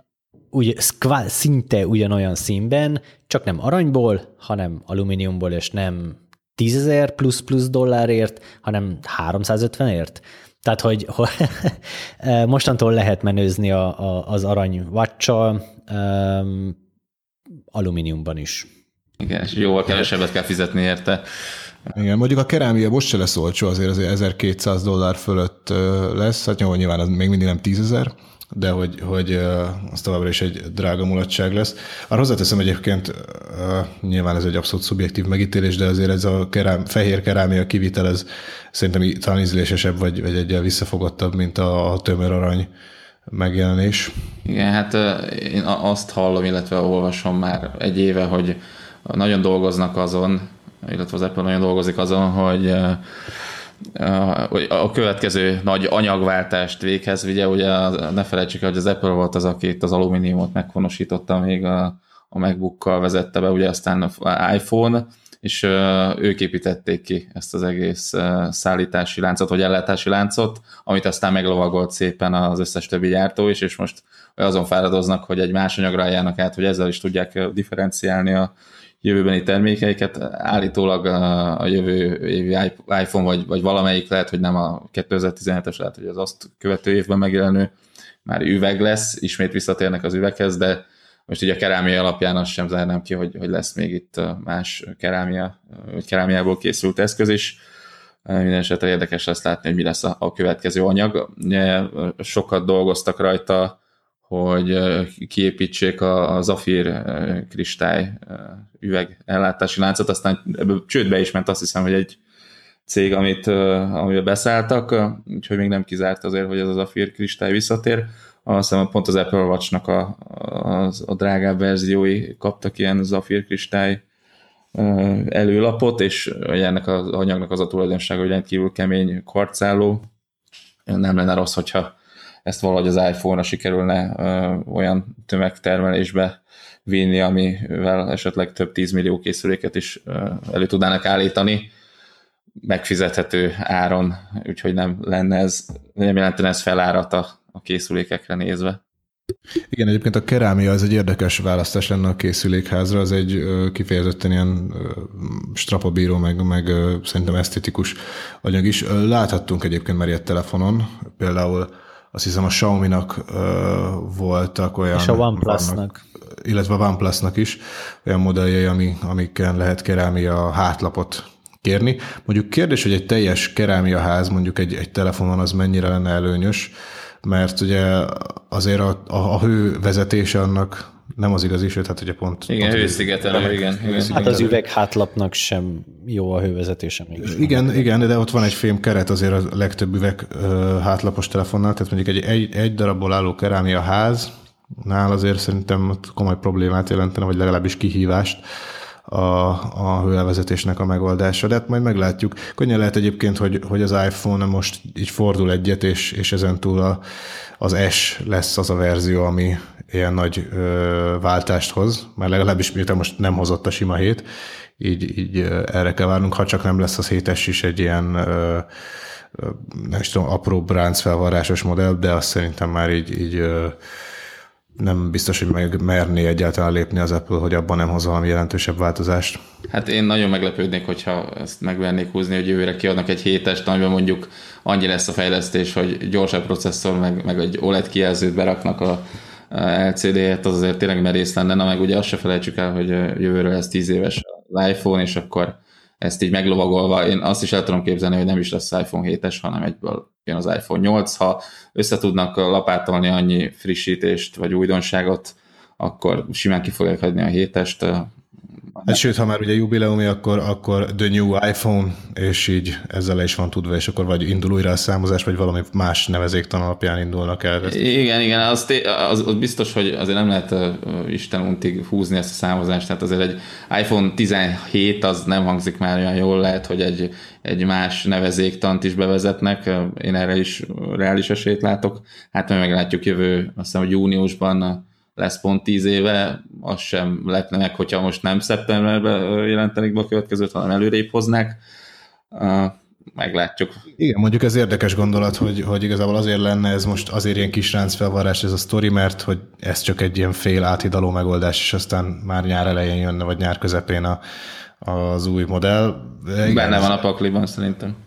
úgy szinte ugyanolyan színben, csak nem aranyból, hanem alumíniumból, és nem tízezer plusz-plusz dollárért, hanem háromszázötvenért. Tehát, hogy, hogy mostantól lehet menőzni a, a, az arany watch-sal um, alumíniumban is. Igen, és jóval kevesebbet kell fizetni érte. Igen, mondjuk a kerámia most se lesz olcsó, azért azért ezerkétszáz dollár fölött lesz, hát jó, nyilván az még mindig nem tízezer, de hogy, hogy az továbbra is egy drága mulatság lesz. Arra hozzáteszem egyébként, nyilván ez egy abszolút szubjektív megítélés, de azért ez a kerám, fehér kerámia kivitel, ez szerintem talán ízlésesebb, vagy, vagy egyel visszafogottabb, mint a, a tömör arany megjelenés. Igen, hát én azt hallom, illetve olvasom már egy éve, hogy nagyon dolgoznak azon, illetve az Apple nagyon dolgozik azon, hogy a következő nagy anyagváltást véghez vigye. Ugye ne felejtsük, hogy az Apple volt az, aki itt az alumíniumot meghonosította, még a, a MacBookkal vezette be, ugye aztán az iPhone, és ők építették ki ezt az egész szállítási láncot, vagy ellátási láncot, amit aztán meglovagolt szépen az összes többi gyártó is, és most azon fáradoznak, hogy egy más anyagra álljanak át, hogy ezzel is tudják differenciálni a jövőbeni termékeiket. Állítólag a jövő évi iPhone, vagy, vagy valamelyik, lehet, hogy nem a kétezer-tizenhetes, lehet, hogy az azt követő évben megjelenő már üveg lesz, ismét visszatérnek az üveghez, de most így a kerámia alapján azt sem zárnám ki, hogy, hogy lesz még itt más kerámia, vagy kerámiából készült eszköz is. Minden esetre érdekes lesz látni, hogy mi lesz a, a következő anyag. Sokat dolgoztak rajta, hogy kiépítsék a, a zafír kristály üveg ellátási láncot, aztán ebből csődbe is ment, azt hiszem, hogy egy cég, amit, amivel beszálltak, úgyhogy még nem kizárt azért, hogy ez a zafír kristály visszatér. Azt hiszem, pont az Apple Watch-nak a, a, a drágább verziói kaptak ilyen zafír kristály előlapot, és ennek az anyagnak az a tulajdonsága, hogy rendkívül kemény, karcálló. Nem lenne rossz, hogyha ezt valahogy az iPhone-ra sikerülne ö, olyan tömegtermelésbe vinni, amivel esetleg több tízmillió készüléket is ö, elő tudnának állítani, megfizethető áron, úgyhogy nem lenne ez, nem jelentene ez felárat a, a készülékekre nézve. Igen, egyébként a kerámia ez egy érdekes választás lenne a készülékházra, az egy ö, kifejezetten ilyen ö, strapabíró, meg, meg ö, szerintem esztétikus anyag is. Láthattunk egyébként már ilyet telefonon, például azt hiszem a Xiaomi-nak ö, voltak olyan... És a OnePlus-nak. Illetve a OnePlus-nak is olyan modelljei, ami, amiken lehet kerámia hátlapot kérni. Mondjuk kérdés, hogy egy teljes kerámia ház, mondjuk egy, egy telefonon az mennyire lenne előnyös, mert ugye azért a, a, a hővezetése annak nem az igazi, sőt, hát ugye pont... Igen, hőszigetelő, igen, igen. Hát az üveghátlapnak sem jó a hővezetése még. Igen, igen, de ott van egy fém keret azért a legtöbb üveg hátlapos telefonnál, tehát mondjuk egy, egy, egy darabból álló kerámia háznál azért szerintem komoly problémát jelentene, vagy legalábbis kihívást a, a hőelvezetésnek a megoldása, de hát majd meglátjuk. Könnyen lehet egyébként, hogy, hogy az iPhone most így fordul egyet, és, és ezentúl a, az S lesz az a verzió, ami ilyen nagy ö, váltást hoz, mert legalábbis miután most nem hozott a sima hét, így, így ö, erre kell várnunk, ha csak nem lesz az hétes is egy ilyen ö, ö, nem is tudom, apró ráncfelvarrásos modell, de azt szerintem már így, így ö, nem biztos, hogy meg merné egyáltalán lépni az Apple, hogy abban nem hoz valami jelentősebb változást. Hát én nagyon meglepődnék, hogyha ezt megvernék húzni, hogy jövőre kiadnak egy hétest, amiben mondjuk annyi lesz a fejlesztés, hogy gyorsabb processzor, meg, meg egy o el e dé kijelzőt beraknak a el cé dé-et, az azért tényleg merész lenne. Na meg ugye azt se felejtsük el, hogy jövőre lesz tíz éves az iPhone, és akkor ezt így meglovagolva, én azt is el tudom képzelni, hogy nem is lesz iPhone hétes, hanem egyből jön az iPhone nyolc. Ha össze tudnak lapátolni annyi frissítést vagy újdonságot, akkor simán ki fogják hagyni a hétest. Hát sőt, ha már ugye jubileumi, akkor, akkor the new iPhone, és így ezzel is van tudva, és akkor vagy indul újra a számozás, vagy valami más nevezéktan alapján indulnak el. Igen, igen, az, az, az biztos, hogy azért nem lehet uh, Isten untig húzni ezt a számozást, tehát azért egy iPhone tizenhét az nem hangzik már olyan jól, lehet, hogy egy, egy más nevezéktant is bevezetnek, én erre is reális esélyt látok, hát majd meglátjuk jövő, azt hiszem, hogy júniusban lesz pont tíz éve, az sem lepne meg, hogyha most nem szeptemberben jelentenik be a következőt, hanem előrébb hoznák. Uh, meglátjuk. Igen, mondjuk ez érdekes gondolat, hogy, hogy igazából azért lenne ez most azért ilyen kis ráncfelvarrás ez a sztori, mert hogy ez csak egy ilyen fél áthidaló megoldás, és aztán már nyár elején jönne, vagy nyár közepén a, az új modell. Igen, benne van a pakliban szerintem.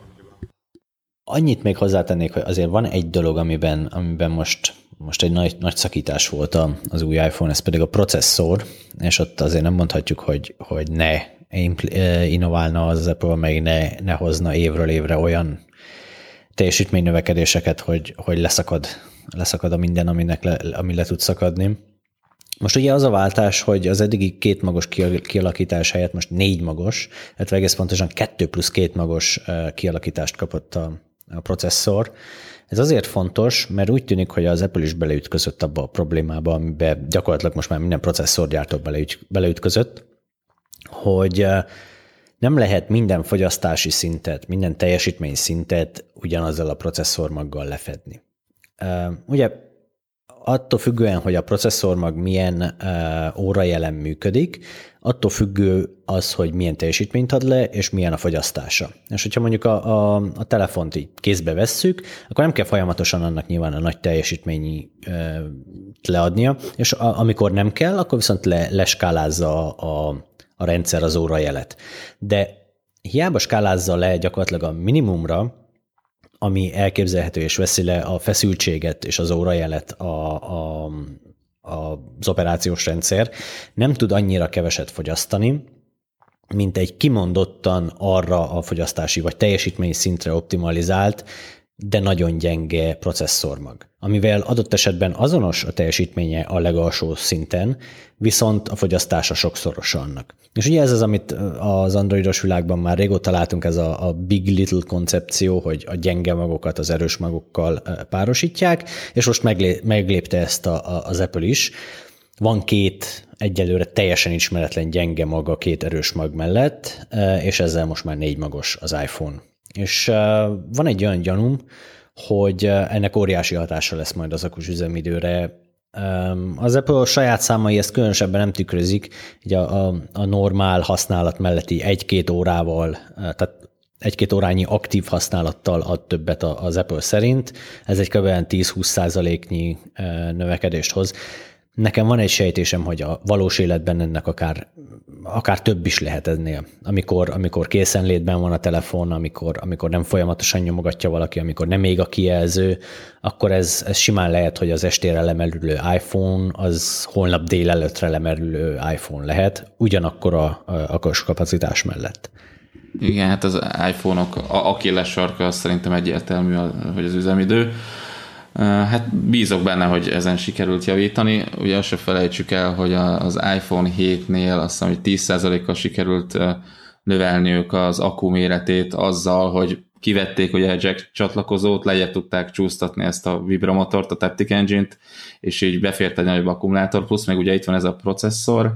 Annyit még hozzátennék, hogy azért van egy dolog, amiben, amiben most, most egy nagy, nagy szakítás volt az új iPhone, ez pedig a processzor, és ott azért nem mondhatjuk, hogy, hogy ne innoválna az Apple, meg ne, ne hozna évről évre olyan teljesítménynövekedéseket, hogy, hogy leszakad, leszakad a minden, aminek le, ami le tud szakadni. Most ugye az a váltás, hogy az eddigi két magos kialakítás helyett most négy magos, illetve egész pontosan kettő plusz két magos kialakítást kapott a, a processzor. Ez azért fontos, mert úgy tűnik, hogy az Apple is beleütközött abba a problémába, amiben gyakorlatilag most már minden processzorgyártó beleüt, beleütközött, hogy nem lehet minden fogyasztási szintet, minden teljesítmény szintet ugyanazzal a processzormaggal lefedni. Ugye attól függően, hogy a processzormag milyen uh, órajelen működik, attól függő az, hogy milyen teljesítményt ad le, és milyen a fogyasztása. És hogyha mondjuk a, a, a telefont így kézbe vesszük, akkor nem kell folyamatosan annak nyilván a nagy teljesítményi uh, leadnia, és a, amikor nem kell, akkor viszont le, leskálázza a, a, a rendszer az órajelet. De hiába skálázza le gyakorlatilag a minimumra, ami elképzelhető és veszi le a feszültséget és az órajelet a, a, a, az operációs rendszer, nem tud annyira keveset fogyasztani, mint egy kimondottan arra a fogyasztási vagy teljesítmény szintre optimalizált, de nagyon gyenge processzormag, amivel adott esetben azonos a teljesítménye a legalsó szinten, viszont a fogyasztása sokszorosa annak. És ugye ez az, amit az androidos világban már régóta látunk, ez a, a big little koncepció, hogy a gyenge magokat az erős magokkal párosítják, és most meglé, meglépte ezt a, a, az Apple is. Van két egyelőre teljesen ismeretlen gyenge mag a két erős mag mellett, és ezzel most már négy magos az iPhone. És van egy olyan gyanúm, hogy ennek óriási hatása lesz majd az akkus üzemidőre. Az Apple saját számai ezt különösebben nem tükrözik, így a, a, a normál használat melletti egy-két órával, tehát egy-két órányi aktív használattal ad többet az Apple szerint. Ez egy kb. tíz-húsz százaléknyi növekedést hoz. Nekem van egy sejtésem, hogy a valós életben ennek akár, akár több is lehet ennél. Amikor, amikor készenlétben van a telefon, amikor, amikor nem folyamatosan nyomogatja valaki, amikor nem ég a kijelző, akkor ez, ez simán lehet, hogy az estére lemerülő iPhone, az holnap délelőttre lemerülő iPhone lehet, ugyanakkor a, a kapacitás mellett. Igen, hát az iPhone-ok, a Achilles sarka az szerintem egyértelmű, hogy az üzemidő. Hát bízok benne, hogy ezen sikerült javítani. Ugye azt se felejtsük el, hogy az iPhone hétnél azt hiszem, hogy tíz százalékkal sikerült növelniük az akku méretét azzal, hogy kivették ugye a jack csatlakozót, lejjebb tudták csúsztatni ezt a vibramotort, a Taptic Engine-t, és így befért egy nagyobb akkumulátor, plusz meg ugye itt van ez a processzor,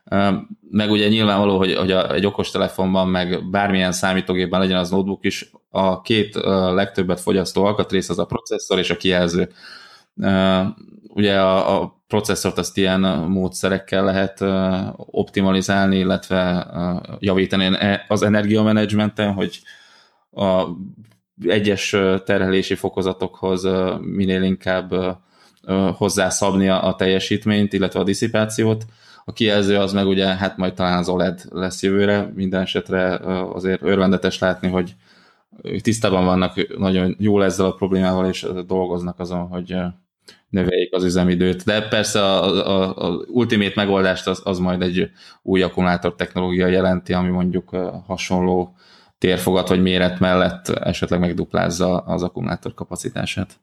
meg ugye nyilvánvaló, hogy, hogy a, egy okostelefonban, meg bármilyen számítógépben legyen az notebook is, a két a legtöbbet fogyasztó alkatrész az a processzor és a kijelző. Ugye a, a processzort azt ilyen módszerekkel lehet optimalizálni, illetve javítani az energiamenedzsmenten, hogy a egyes terhelési fokozatokhoz minél inkább hozzászabni a teljesítményt, illetve a disszipációt. A kijelző az meg ugye, hát majd talán az o el e dé lesz jövőre, minden esetre azért örvendetes látni, hogy tisztában vannak nagyon jól ezzel a problémával, és dolgoznak azon, hogy növeljék az üzemidőt. De persze az ultimate megoldást az, az majd egy új akkumulátor technológia jelenti, ami mondjuk hasonló térfogat vagy méret mellett esetleg megduplázza az akkumulátor kapacitását.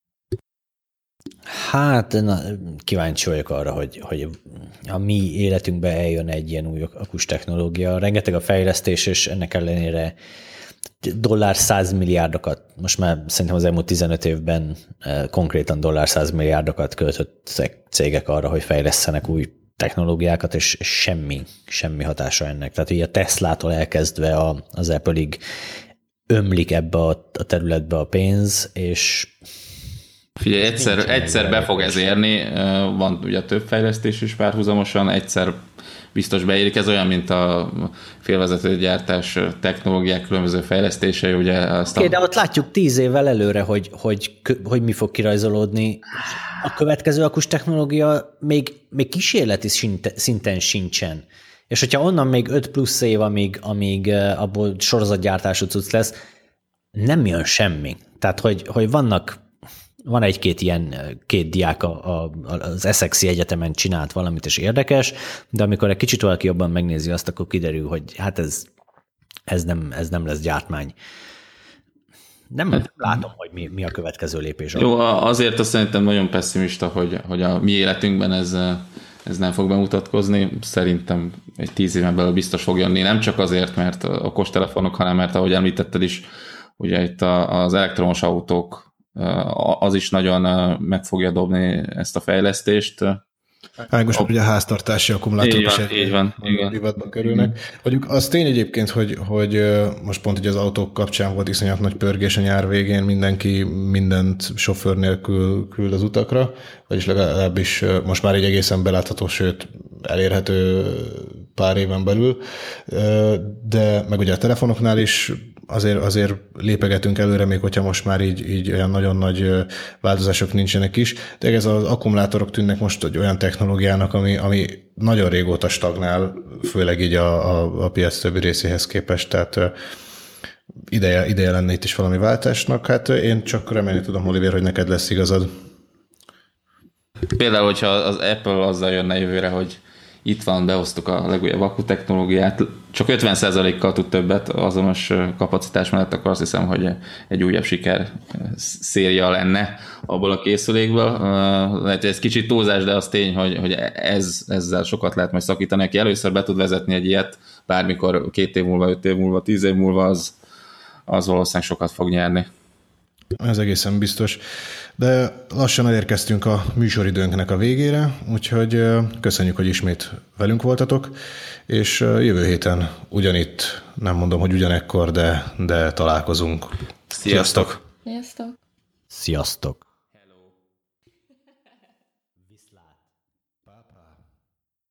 Hát na, kíváncsi vagyok arra, hogy, hogy a mi életünkbe eljön egy ilyen új akus technológia. Rengeteg a fejlesztés, és ennek ellenére dollár százmilliárdokat, most már szerintem az elmúlt tizenöt évben konkrétan dollár százmilliárdokat költött cégek arra, hogy fejlesztenek új technológiákat, és semmi, semmi hatása ennek. Tehát ugye a Teslától elkezdve a, az Apple-ig ömlik ebbe a, a területbe a pénz, és figyelj, egyszer, egyszer be fog ez érni, van ugye több fejlesztés is párhuzamosan, egyszer biztos beérik, ez olyan, mint a félvezetőgyártás technológiák különböző fejlesztései, ugye azt okay, a... de ott látjuk tíz évvel előre, hogy, hogy, hogy mi fog kirajzolódni. A következő akus technológia még, még kísérleti szinten sincsen. És hogyha onnan még öt plusz év, amíg, amíg abból sorozatgyártású cucc lesz, nem jön semmi. Tehát, hogy, hogy vannak Van egy-két ilyen két diák a, a, az Essexi Egyetemen csinált valamit, és érdekes, de amikor egy kicsit valaki jobban megnézi azt, akkor kiderül, hogy hát ez, ez, nem, ez nem lesz gyártmány. Nem hát, látom, hogy mi, mi a következő lépés. Jó, azért azt szerintem nagyon pessimista, hogy, hogy a mi életünkben ez, ez nem fog bemutatkozni. Szerintem egy tíz éven belül biztos fog jönni, nem csak azért, mert okostelefonok, hanem mert ahogy említetted is, ugye itt az elektromos autók, az is nagyon meg fogja dobni ezt a fejlesztést. Hát most ugye a háztartási akkumulátorok is egy divatba kerülnek. Mondjuk az tény egyébként, hogy, hogy most pont ugye az autók kapcsán volt iszonyat nagy pörgés a nyár végén, mindenki mindent sofőr nélkül küld az utakra, vagyis legalábbis most már egy egészen belátható, sőt elérhető pár éven belül, de meg ugye a telefonoknál is azért, azért lépegetünk előre, még hogyha most már így, így olyan nagyon nagy változások nincsenek is, de ez az akkumulátorok tűnnek most egy olyan technológiának, ami, ami nagyon régóta stagnál, főleg így a, a, a piac többi részéhez képest, tehát ideje, ideje lenne itt is valami váltásnak. Hát én csak remélni tudom, Oliver, hogy neked lesz igazad. Például, hogyha az Apple azzal jönne jövőre, hogy itt van, behoztuk a legújabb akku technológiát, csak ötven százalékkal tud többet azonos kapacitás mellett, akkor azt hiszem, hogy egy újabb siker széria lenne abból a készülékből. Lehet, hogy ez kicsit túlzás, de az tény, hogy, hogy ez, ezzel sokat lehet majd szakítani. Aki először be tud vezetni egy ilyet, bármikor két év múlva, öt év múlva, tíz év múlva, az, az valószínűleg sokat fog nyerni. Ez egészen biztos. De lassan elérkeztünk a műsoridőnknek a végére, úgyhogy köszönjük, hogy ismét velünk voltatok, és jövő héten ugyanitt, nem mondom, hogy ugyanekkor, de, de találkozunk. Sziasztok! Sziasztok! Sziasztok! Hello! Viszlát! Pápá!